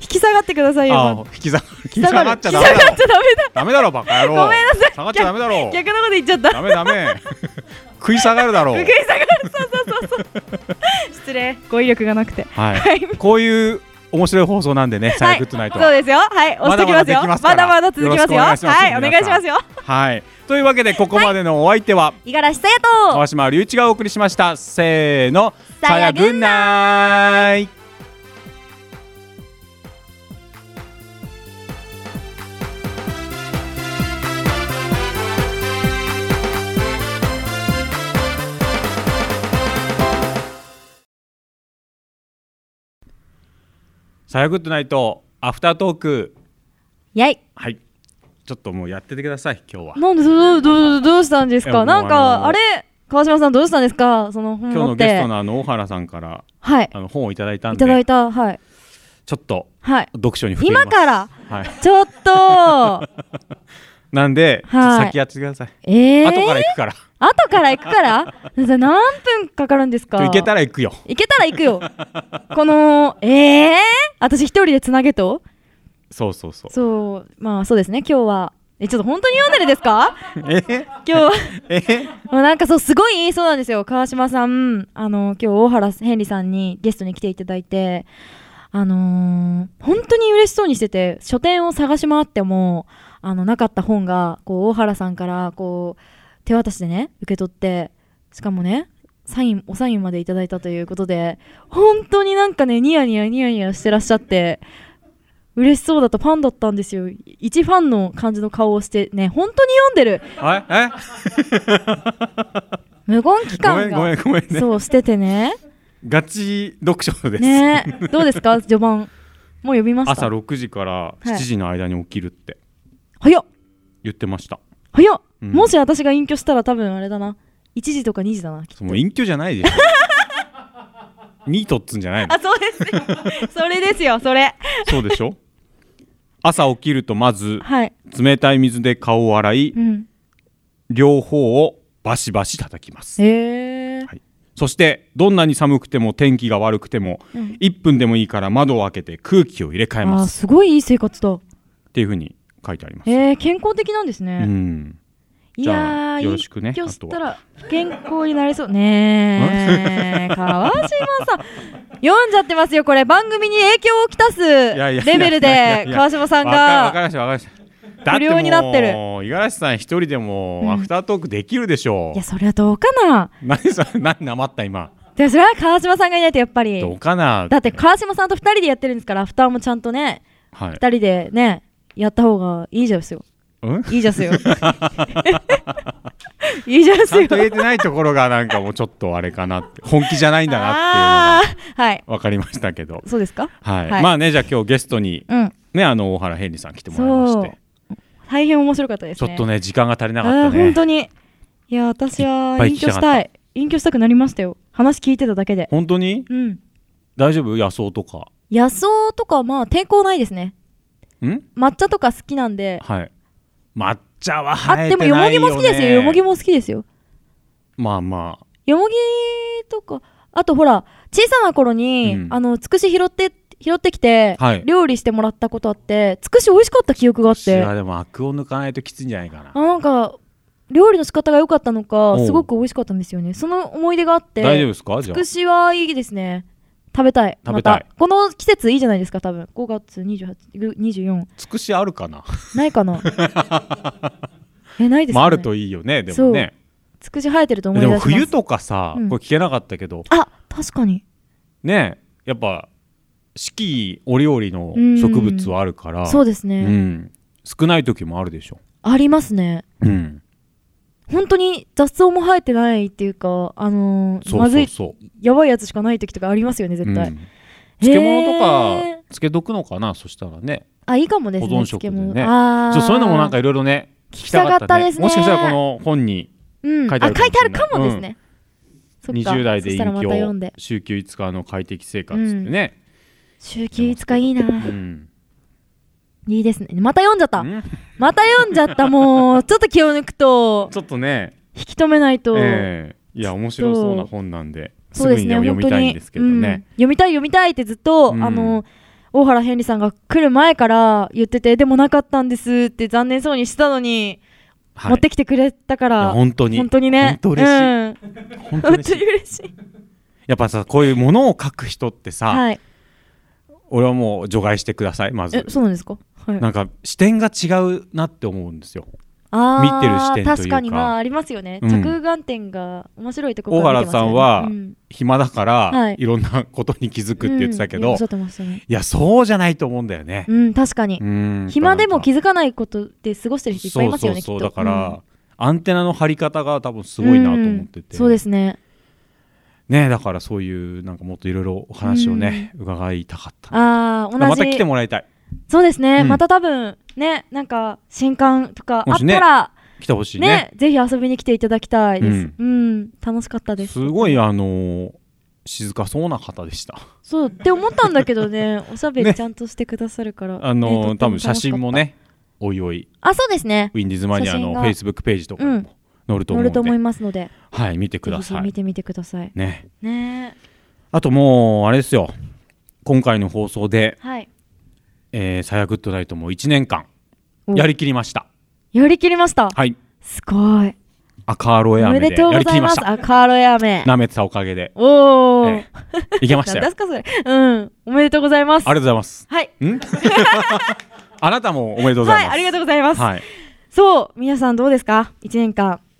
き下がってくださいよ。 あ引き下が引き下がっちゃダメだろ。ダメだろバカ野郎。 ごめんなさい。 下がっちゃダメだろ。 逆のこと言っちゃった。 ダメダメ。食い下がるだろう。 食い下がる。そうそうそうそう。失礼。語彙力がなくて。 はい。こういう面白い放送なんでね。さやグッドナイトは。 そうですよ。はい。押してきますよ。まだまだ続きますよ。はい。お願いしますよ。 はい。というわけでここまでのお相手は五十嵐さやと川島隆一がお送りしました。せーの。さやグッナイ。さやグッドナイトアフタートーク。 やい。 はい。ちょっともうやっててください今日は。 なんでどうどうどうしたんですか。なんかあれ川島さんどうしたんですか。その本今日のゲストのあの大原さんからはいあの本をいただいたんで。 いただいたはい。 ちょっとはい読書に触れます。 今からはいちょっとなんではい先やってください。 えー後から行くから。 後から行くから何分かかるんですか。 行けたら行くよ。 行けたら行くよ。このえー私一人でつなげと。 そうそうそう。 そうまあそうですね。今日はえちょっと本当に読んでるんですか。 え今日はえもうなんかそうすごいそうなんですよ。川島さんあの今日大原ヘンリさんにゲストに来ていただいてあのー、本当に嬉しそうにしてて書店を探し回ってもあのなかった本がこう大原さんからこう手渡しでね受け取ってしかもねサインおサインまでいただいたということで本当になんかねニヤニヤニヤニヤしてらっしゃって嬉しそうだったファンだったんですよ。一ファンの感じの顔をしてね本当に読んでるえ無言期間がごめんごめんごめんね。 そうしててねガチ読書ですねどうですか序盤もう読みました。 朝ろくじからしちじの間に起きるって早っ言ってました。 早っ、 うん、 もし私が隠居したら多分あれだないちじとかにじだなきっと。 もう隠居じゃないでしょニートっつんじゃないの。 あそうですよそれですよそれそうでしょ朝起きるとまず、 はい、 冷たい水で顔を洗い、うん、両方をバシバシ叩きます。 へー、 はい、そしてどんなに寒くても天気が悪くても、うん、いっぷんでもいいから窓を開けて空気を入れ替えます。 あすごいいい生活だっていう風に書いてあります。 へー健康的なんですね。 うんいやーよろしくね。 隠居したら健康になりそうねえ川島さん読んじゃってますよこれ番組に影響をきたすレベルで川島さんが不良になってる。 五十嵐さん一人でもアフタートークできるでしょう。 いやそれはどうかな。 何それ何なまった今。 でそれは川島さんがいないとやっぱりどうかな。 だって川島さんとふたりでやってるんですからアフターもちゃんとね、はい、ふたりでねやった方がいいじゃんすよ。いいじゃんすよいいじゃんすよ。 ちゃんと言えてないところがなんかもうちょっとあれかなって本気じゃないんだなっていうのが分かりましたけど。 そうですか。 はい、はい、まあねじゃあ今日ゲストに、うん、ねあの大原ヘンリさん来てもらいまして大変面白かったですね。 ちょっとね時間が足りなかったね。 本当にいや私は隠居したい隠居したくなりましたよ話聞いてただけで。 本当に、うん、大丈夫野草とか。 野草とかまあ抵抗ないですね。 ん抹茶とか好きなんで。 はい抹茶は生えてないよね。あでもよもぎも好きですよ。よもぎも好きですよ。 まあまあよもぎとかあとほら小さな頃に、うん、あのつくし拾って拾ってきて、はい、料理してもらったことあってつくし美味しかった記憶があって。 いやでもアクを抜かないときついんじゃないかな。 あなんか料理の仕方が良かったのかすごく美味しかったんですよね。その思い出があって。 大丈夫ですか。 つくしはいいですね。食べたい。 食べたい、 ま、この季節いいじゃないですか多分ごがつにじゅうはち、にじゅうよっかつくしあるかな。 ないかなえないですかね。 まあ、あるといいよね。でもねつくし生えてると思い出します。 でも冬とかさ、うん、これ聞けなかったけどあ確かにねやっぱ四季折々の植物はあるから、 うん、そうですね、 うん、少ない時もあるでしょ。 ありますね。 うん本当に雑草も生えてないっていうかあのー、まずいやばいやつしかない時とかありますよね絶対、うん、 漬物とか漬けとくのかな。そしたらねあいいかもですね。 保存食でねあそういうのもなんかいろいろね聞きたかったね。ですねもしかしたらこの本に書いてあるかもしれない、うん、あ書いてあるかもですね、うん、にじゅう代で隠居週休いつかの快適生活ってね、うん、 週休いつかいいな、うんいいですね。また読んじゃったまた読んじゃったもうちょっと気を抜くとちょっとね引き止めないと、 えー、いや面白そうな本なんですぐにでも読みたいんですけどね、 うん、読みたい読みたいってずっと、うん、あの大原ヘンリさんが来る前から言ってて、でもなかったんですって残念そうにしてたのに、はい、持ってきてくれたから本当に本当にね、 本当嬉しい、うん、 本当に嬉しい。 やっぱさ、こういうものを書く人ってさ、 はい、 俺はもう除外してください。まずえ、そうなんですか、はい、 なんか視点が違うなって思うんですよ。 あ見てる視点というか、 確かにまあありますよね、うん、着眼点が面白いところから見てますよね。大原さんは、うん、暇だから、はい、いろんなことに気づくって言ってたけど、うんね、いやそうじゃないと思うんだよね、 うん、確かに、うん、暇でも気づかないことで過ごしてる人いっぱいいますよね。 そうそうそう、だから、うん、アンテナの張り方が多分すごいなと思ってて、 うん、そうですね。 ね、だからそういうなんかもっといろいろお話をね、うん、伺いたかった。 あ、同じまた来てもらいたい。 そうですね、うん、また多分ね、なんか新刊とかあったら、ね、 来てほしいね。ね、 ぜひ遊びに来ていただきたいです。うん、うん、楽しかったです。 すごいあのー、静かそうな方でした。 そうって思ったんだけどね、おしゃべりちゃんとしてくださるから、ね、 あのーね、多分写真もね、おいおい。 あ、そうですね。 ウィンディーズマニアのフェイスブックページとかにも載ると思うので、うん、載ると思いますので、 はい、見てください。 ぜひ見てみてください。 ね。 ね。 あともうあれですよ。今回の放送で、 はい、 えー、サヤグッドナイトもいちねんかんやりきりました。 やりきりました。 はい。 すごい。 赤アロエ飴でやりきりました。 赤アロエ飴。 舐めてたおかげで。 おお、 えー。いけましたよ。 何ですかそれ。うん。おめでとうございます。 ありがとうございます。 はい。 んあなたもおめでとうございます。 はい、ありがとうございます。 はい。 そう、皆さんどうですかいちねんかん。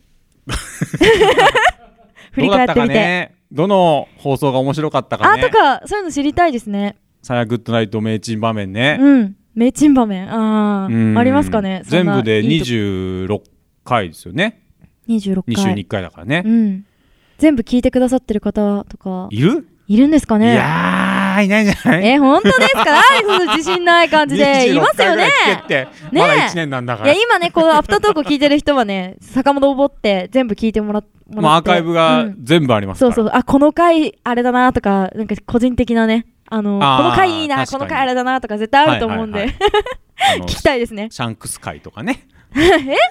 振り返ってみて。ね、 どの放送が面白かったかね。 あ、とか、そういうの知りたいですね。 サヤグッドナイト名珍場面ね。 うん。名珍場面。ああ、ありますかね。 全部でにじゅうろっかいですよね。 にじゅうろっかい。 に週にいっかいだからね。 うん。全部聞いてくださってる方とか。 いる？ いるんですかね。 いやー、いないんじゃない？ え、本当ですか？何その自信ない感じで。いますよね。 ね、まだいちねんなんだから。 いや、今ね、このアフタートークを聞いてる人はね、遡って全部聞いてもらって。 まあ、アーカイブが全部ありますから、 うん、そうそう、あ、この回あれだなとか、なんか個人的なね、あのあこの回いいな、この回あれだなとか絶対あると思うんで、はいはいはい、聞きたいですね。 シャンクス回とかね。 え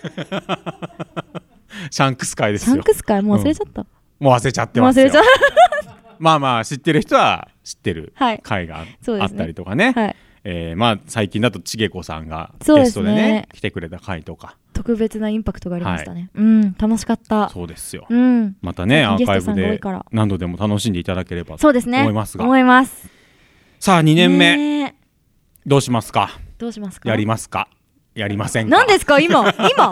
シャンクス回ですよ。 シャンクス回もう忘れちゃった。 うん、もう忘れちゃってますよ。 忘れちゃまあまあ知ってる人は知ってる回があったりとかね。はい、えー、まあ最近だとちげこさんがゲストでね、ね来てくれた回とか。 特別なインパクトがありましたね。はい、うん、楽しかった。 そうですよ。 うん、 またね、アーカイブで何度でも楽しんでいただければと思いますが。 思います。 さあにねんめ、どうしますか。 どうしますか。 やりますか。やりませんか。 何ですか今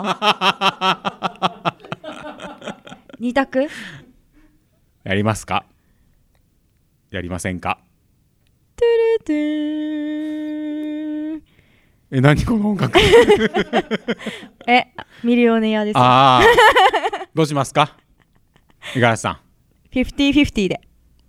今。二択。 やりますか。やりませんか。 トゥルトゥー。 え、何この音楽。 え、ミリオネアです。 ああ。どうしますか。五十嵐さん。 フィフティーフィフティーで。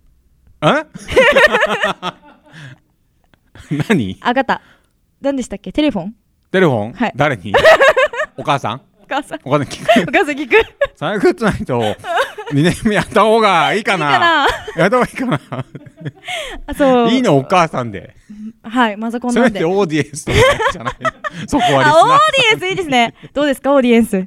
え？何？ あがた。何でしたっけ？テレフォン？ テレフォン？ はい。 誰に？お母さん？ お母さん。 お母さん聞く。 お母さん聞く。 サヤグッドナイトにねんめやった方がいいかな。いいかな。やった方がいいかな。 あ、そう。 いいのお母さんで。 はい、マザコンなんで。 せめてオーディエンスとかじゃない。そこはリスナー。 あ、オーディエンスいいですね。どうですかオーディエンス。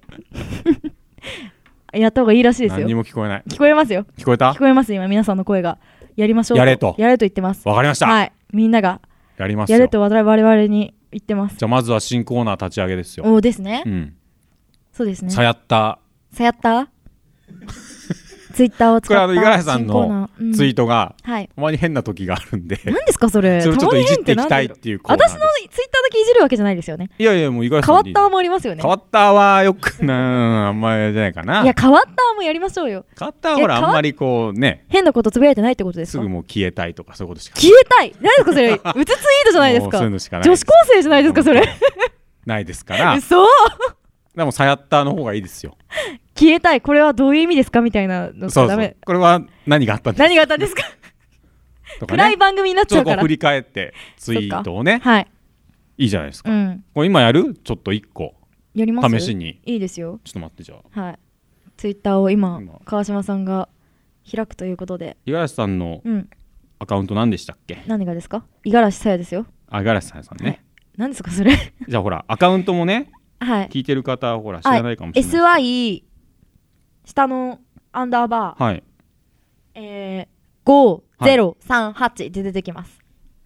やった方がいいらしいですよ。 何にも聞こえない。 聞こえますよ。 聞こえた？ 聞こえます今皆さんの声が。やりましょう。 やれと。 やれと言ってます。 わかりました。 はい。みんながやりますよ。 やれと我々に言ってます。 じゃあまずは新コーナー立ち上げですよ。 おですね。 うん。 そうですね。 さやったさやったツイッターを使ったこれあの五十嵐さんのツイートが、 うん、はい、 たまに変な時があるんで何ですかそれ。 それをちょっといじっていきたいっていうコーナーです。 私のツイッターだけいじるわけじゃないですよね。 いやいやもう五十嵐さん変わったもありますよね。 変わったはよくなあんまりじゃないかな。 いや変わったもやりましょうよ。 変わったはほらあんまりこうね変なことつぶやいてないってことですか。 すぐもう消えたいとかそういうことしか。 消えたい何ですかそれ。うつツイートじゃないですか。 そういうのしかない。 女子高生じゃないですかそれ。 ないですから。 嘘。 でもさやったの方がいいですよ。 消えたいこれはどういう意味ですかみたいなのそうそうこれは何があったんですか。 何があったんですか。ね、暗い番組になっちゃうから。 ちょっと振り返ってツイートをね、 はい、 いいじゃないですか、 うん、 これ今やるちょっといっこやります試しに。 いいですよ。 ちょっと待ってじゃあ、 はい、ツイッターを今川島さんが開くということで五十嵐さんのアカウント何でしたっけ。 何がですか。五十嵐さやですよ。 あ、五十嵐さやさんね、はい、 何ですかそれ。 じゃあほらアカウントもね、 はい、 聞いてる方はほら知らないかもしれない。 エスワイ 下のアンダーバー、 はい、 えー、ごゼロさんはちで出てきます。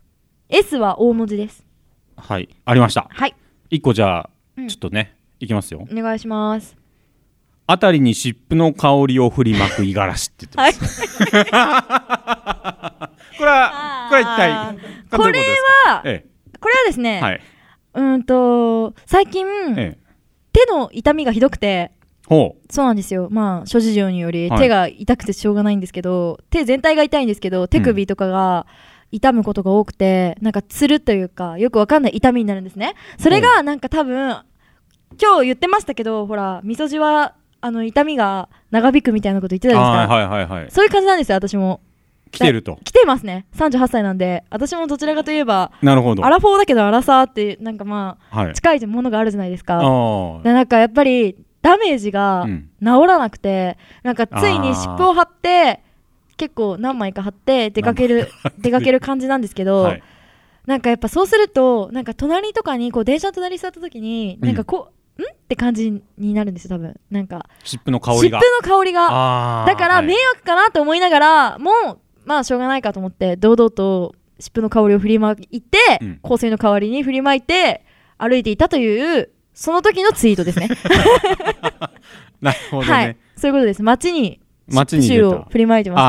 S は大文字です。 はい、ありました。 はい。 いっこじゃあ、 うん、 ちょっとね、いきますよ。 お願いします。 あたりに湿布の香りを振りまく五十嵐って言ってます。はい、これはこれは一体これは、ええ、これはですね、はい、うんと最近、ええ、手の痛みがひどくて、ほう、そうなんですよ。まあ諸事情により手が痛くてしょうがないんですけど、はい、手全体が痛いんですけど、手首とかが痛むことが多くて、うん、なんかつるというかよくわかんない痛みになるんですね。それがなんか多分今日言ってましたけど、ほらみそじはあの痛みが長引くみたいなこと言ってたじゃないですか、はいはいはいはい、そういう感じなんですよ。私も来てると来てますね。さんじゅうはっさいなんで、私もどちらかといえばなるほどアラフォーだけどアラサーってなんかまあ、はい、近いものがあるじゃないですか。でなんかやっぱりダメージが治らなくて、うん、なんかついに湿布を貼って結構何枚か貼って出かける出かける感じなんですけど、はい、なんかやっぱそうするとなんか隣とかにこう電車の隣に座った時に、うん、なんかこうんって感じになるんですよ。多分なんか湿布の香りが湿布の香りがだから迷惑かなと思いながら、はい、もうまあしょうがないかと思って堂々と湿布の香りを振りまいて、うん、香水の代わりに振りまいて歩いていたというその時のツイートですね。 なるほどね、 はい、そういうことです。街に湿布を振りまいてました。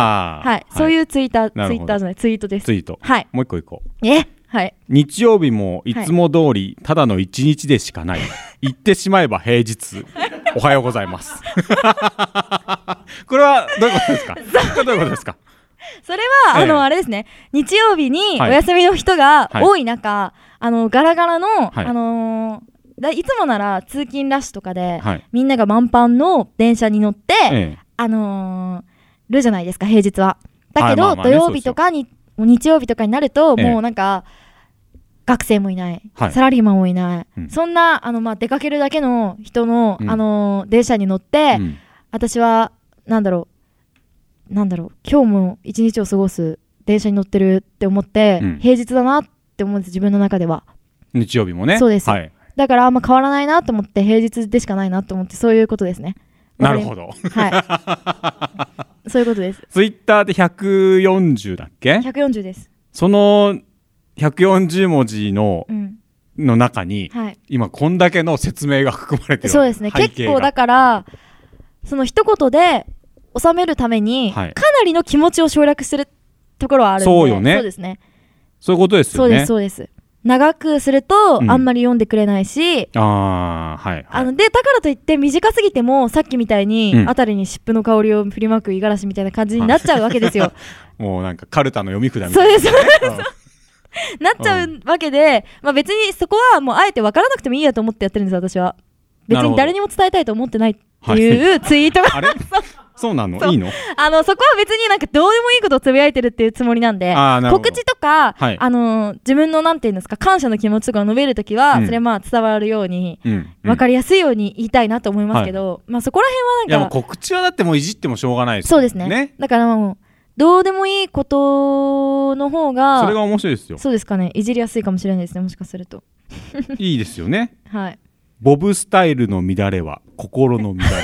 はい、そういうツイッターツイッターじゃないツイートです。 ツイート、はい、もう一個いこう。 えはい、 日曜日もいつも通りただの一日でしかない、言ってしまえば平日。おはようございます。これはどういうことですか？これどういうことですか？ それは、ええ、あのあれですね、日曜日にお休みの人が多い中、はい、あのガラガラの、はい、あのー、だいつもなら通勤ラッシュとかで、はい、みんなが満帆の電車に乗って、ええ、あのー、るじゃないですか平日は。だけど、まあまあね、土曜日とかに日曜日とかになると、ええ、もうなんか学生もいない、はい、サラリーマンもいない、うん、そんなあの、まあ、出かけるだけの人の、うんあのー、電車に乗って、うん、私はなんだろうなんだろう今日も一日を過ごす電車に乗ってるって思って、うん、平日だなって思うんです自分の中では。 日曜日もね。 そうです、はい、だからあんま変わらないなと思って平日でしかないなと思ってそういうことですね。 なるほど、 はい、そういうことです。 ツイッターでひゃくよんじゅうだっけ？ ひゃくよんじゅうです。 そのひゃくよんじゅう文字の、うん、の中に、はい、今こんだけの説明が含まれてる。 そうですね。結構だからその一言で収めるために、はい、かなりの気持ちを省略するところはあるんで。 そうよね。 そうですね。 そういうことですよね。 そうですそうです。長くすると、うん、あんまり読んでくれないし、 あー、はいはい、 あのでだからといって短すぎてもさっきみたいに、うん、あたりに湿布の香りを振りまく五十嵐みたいな感じになっちゃうわけですよ。 もうなんかカルタの読み札みたいな、ね、 そうですそうですなっちゃうわけで、まあ、別にそこはもうあえて分からなくてもいいやと思ってやってるんです私は。別に誰にも伝えたいと思ってないっていうツイートが、はい、あれそうなのいいのあのそこは別になんかどうでもいいことをつぶやいてるっていうつもりなんで、告知とか、はい、あの自分のなんていうんですか感謝の気持ちとかを述べるときは、うん、それはまあ伝わるように、うん、分かりやすいように言いたいなと思いますけど、はい、まあそこら辺はなんかいやもう告知はだってもういじってもしょうがないですよね。そうですね。だからもうどうでもいいことの方がそれが面白いですよ。 そうですかね。いじりやすいかもしれないですねもしかすると。 いいですよね。 はい。 ボブスタイルの乱れは心の乱れです。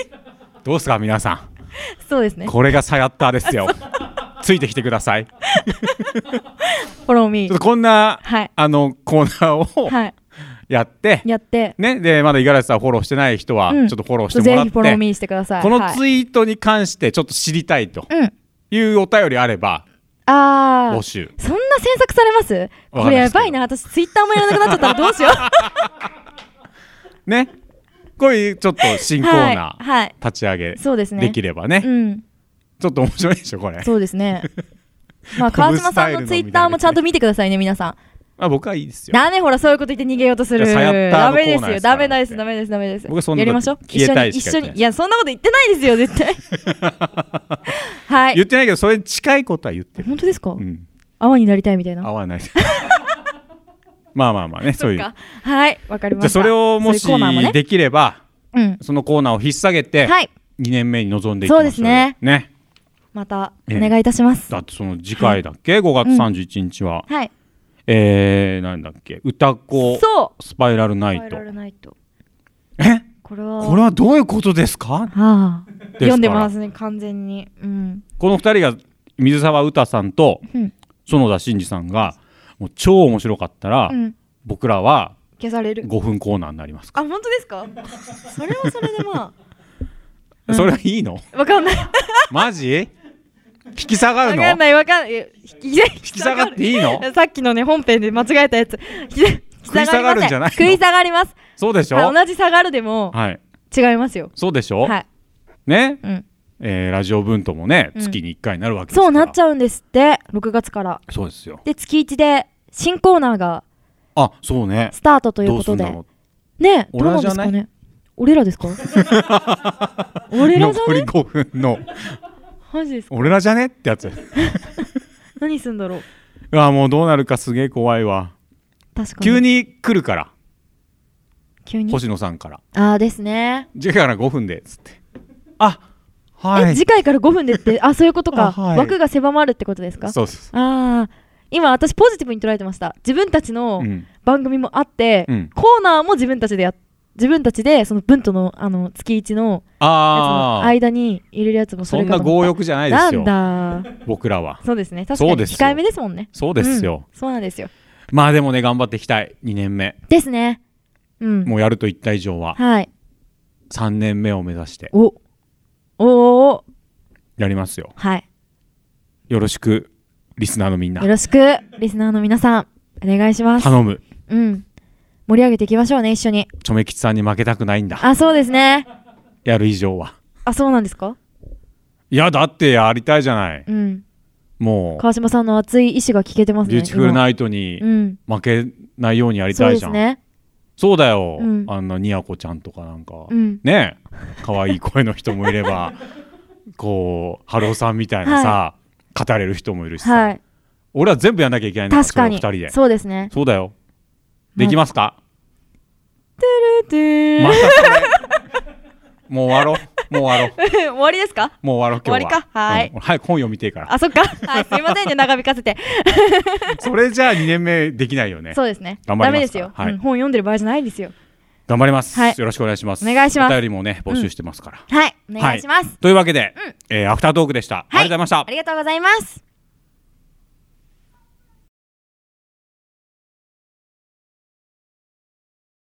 どうですか皆さん。 そうですね。 これがサヤッターですよ。ついてきてください。 フォローミー。 ちょっとこんな、はい、あのコーナーを、はい、やってやってねでまだ五十嵐さんフォローしてない人はちょっとフォローしてもらって、うん、ぜひフォローミーしてください。 このツイートに関してちょっと知りたいというお便りあれば、 うん、あ募集。 そんな詮索されます？これやばいな。私ツイッターもやらなくなっちゃったらどうしよう。ね。こういうちょっと新コーナー立ち上げできればね、はいはい、うん、ちょっと面白いでしょこれ。 そうですね。まあ川島さんのツイッターもちゃんと見てくださいね皆さん。 あ僕はいいですよ。 ダメほらそういうこと言って逃げようとする。ダメですよダメですダメですダメです。 僕そんなやりましょう消えたい一緒に一緒に。いやそんなこと言ってないですよ絶対。はい。 言ってないけどそれに近いことは言ってる。 本当ですか？うん。泡になりたいみたいな。 泡になりたい。まあまあまあねそういう。 はいわかりました。 じゃそれをもしできれば。うん、そのコーナーを引っ提げて、はい、にねんめに臨んでいきましょう。そうですね。ね。 またお願いいたします。 だってその次回だっけ、はい、ごがつさんじゅういちにちは、うん、はい、えー、なんだっけ歌子スパイラルナイト。スパイラルナイト。え？これはこれはどういうことですか？はあ、読んでますね完全に。うん、 このふたりが水沢歌さんと、うん、園田真二さんがもう超面白かったら、 うん、 僕らは消されるごふんコーナーになりますか。 あ、本当ですか？それはそれでまあ、 うん、それはいいの？ わかんないマジ？引き下がるの？ わかんないわかんない。引き下がっていいの？ さっきのね本編で間違えたやつ引き下がるんじゃないの？食い下がります。 そうでしょ、 はい、同じ下がるでも、はい、違いますよ。 そうでしょ、 はい、 ね、 うん、 えー、ラジオブントもね、月にいっかいになるわけですから、 そうなっちゃうんですってろくがつから。 そうですよ。 で月いちで新コーナーがあ、そうね、 スタートということでね、どうなんですかね。俺らですか？俺らじゃね？ 残りごふんのマジですか？ 俺らじゃねってやつ何すんだろう。 うわ、もうどうなるかすげえ怖いわ。 確かに急に来るから、 急に星野さんからあーですね、 次回からごふんでっつって、あ、はい、 え次回からごふんでってあ、そういうことか、 はい、 枠が狭まるってことですか？ そうです。 ああ、今私ポジティブに捉えてました。自分たちの番組もあって、うん、コーナーも自分たちでや自分たちでそのブントのあの月いちのやつの間に入れるやつもそれかと思った。 そんな強欲じゃないですよ。 なんだ僕らは。 そうですね、確かに控えめですもんね。 そうですよ、 うん、そうなんですよ。 まあでもね、頑張っていきたい。にねんめですね、うん、 もうやると言った以上は、 はい、 さんねんめを目指しておおおやりますよ。 はい、 よろしくリスナーのみんな、 よろしくリスナーの皆さんお願いします。 頼む。 うん、盛り上げていきましょうね、一緒に。 チョメ吉さんに負けたくないんだ。 あ、そうですね、 やる以上は。 あ、そうなんですか？ いや、だってやりたいじゃない、 うん、 もう川島さんの熱い意志が聞けてますね。 ビューティフルナイトに負けないようにやりたいじゃん、うん、そうですね。そうだよ、うん、あんなにやこちゃんとかなんか、うん、ね、可愛い声の人もいればこうハローさんみたいなさ、はい、語れる人もいるしさ、はい、俺は全部やんなきゃいけないんだから。確かにそれふたりで。そうですね。そうだよ。できますか？はい、トゥルトゥーまたそれもう終わろう。もう終わろう。終わりですか？もう終わろう。今日は終わりか。はい、うん、早く本読みてえから。あ、そっか。はい、すいませんね、長引かせてそれじゃあにねんめできないよね。そうですね。頑張ります。ダメですよ、はい、うん、本読んでる場合じゃないんですよ。頑張ります、はい、よろしくお願いします。お願いします。お便りもね募集してますから、うん、はい、お願いします、はい、というわけで、うん、えー、アフタートークでした、はい、ありがとうございました。ありがとうございます。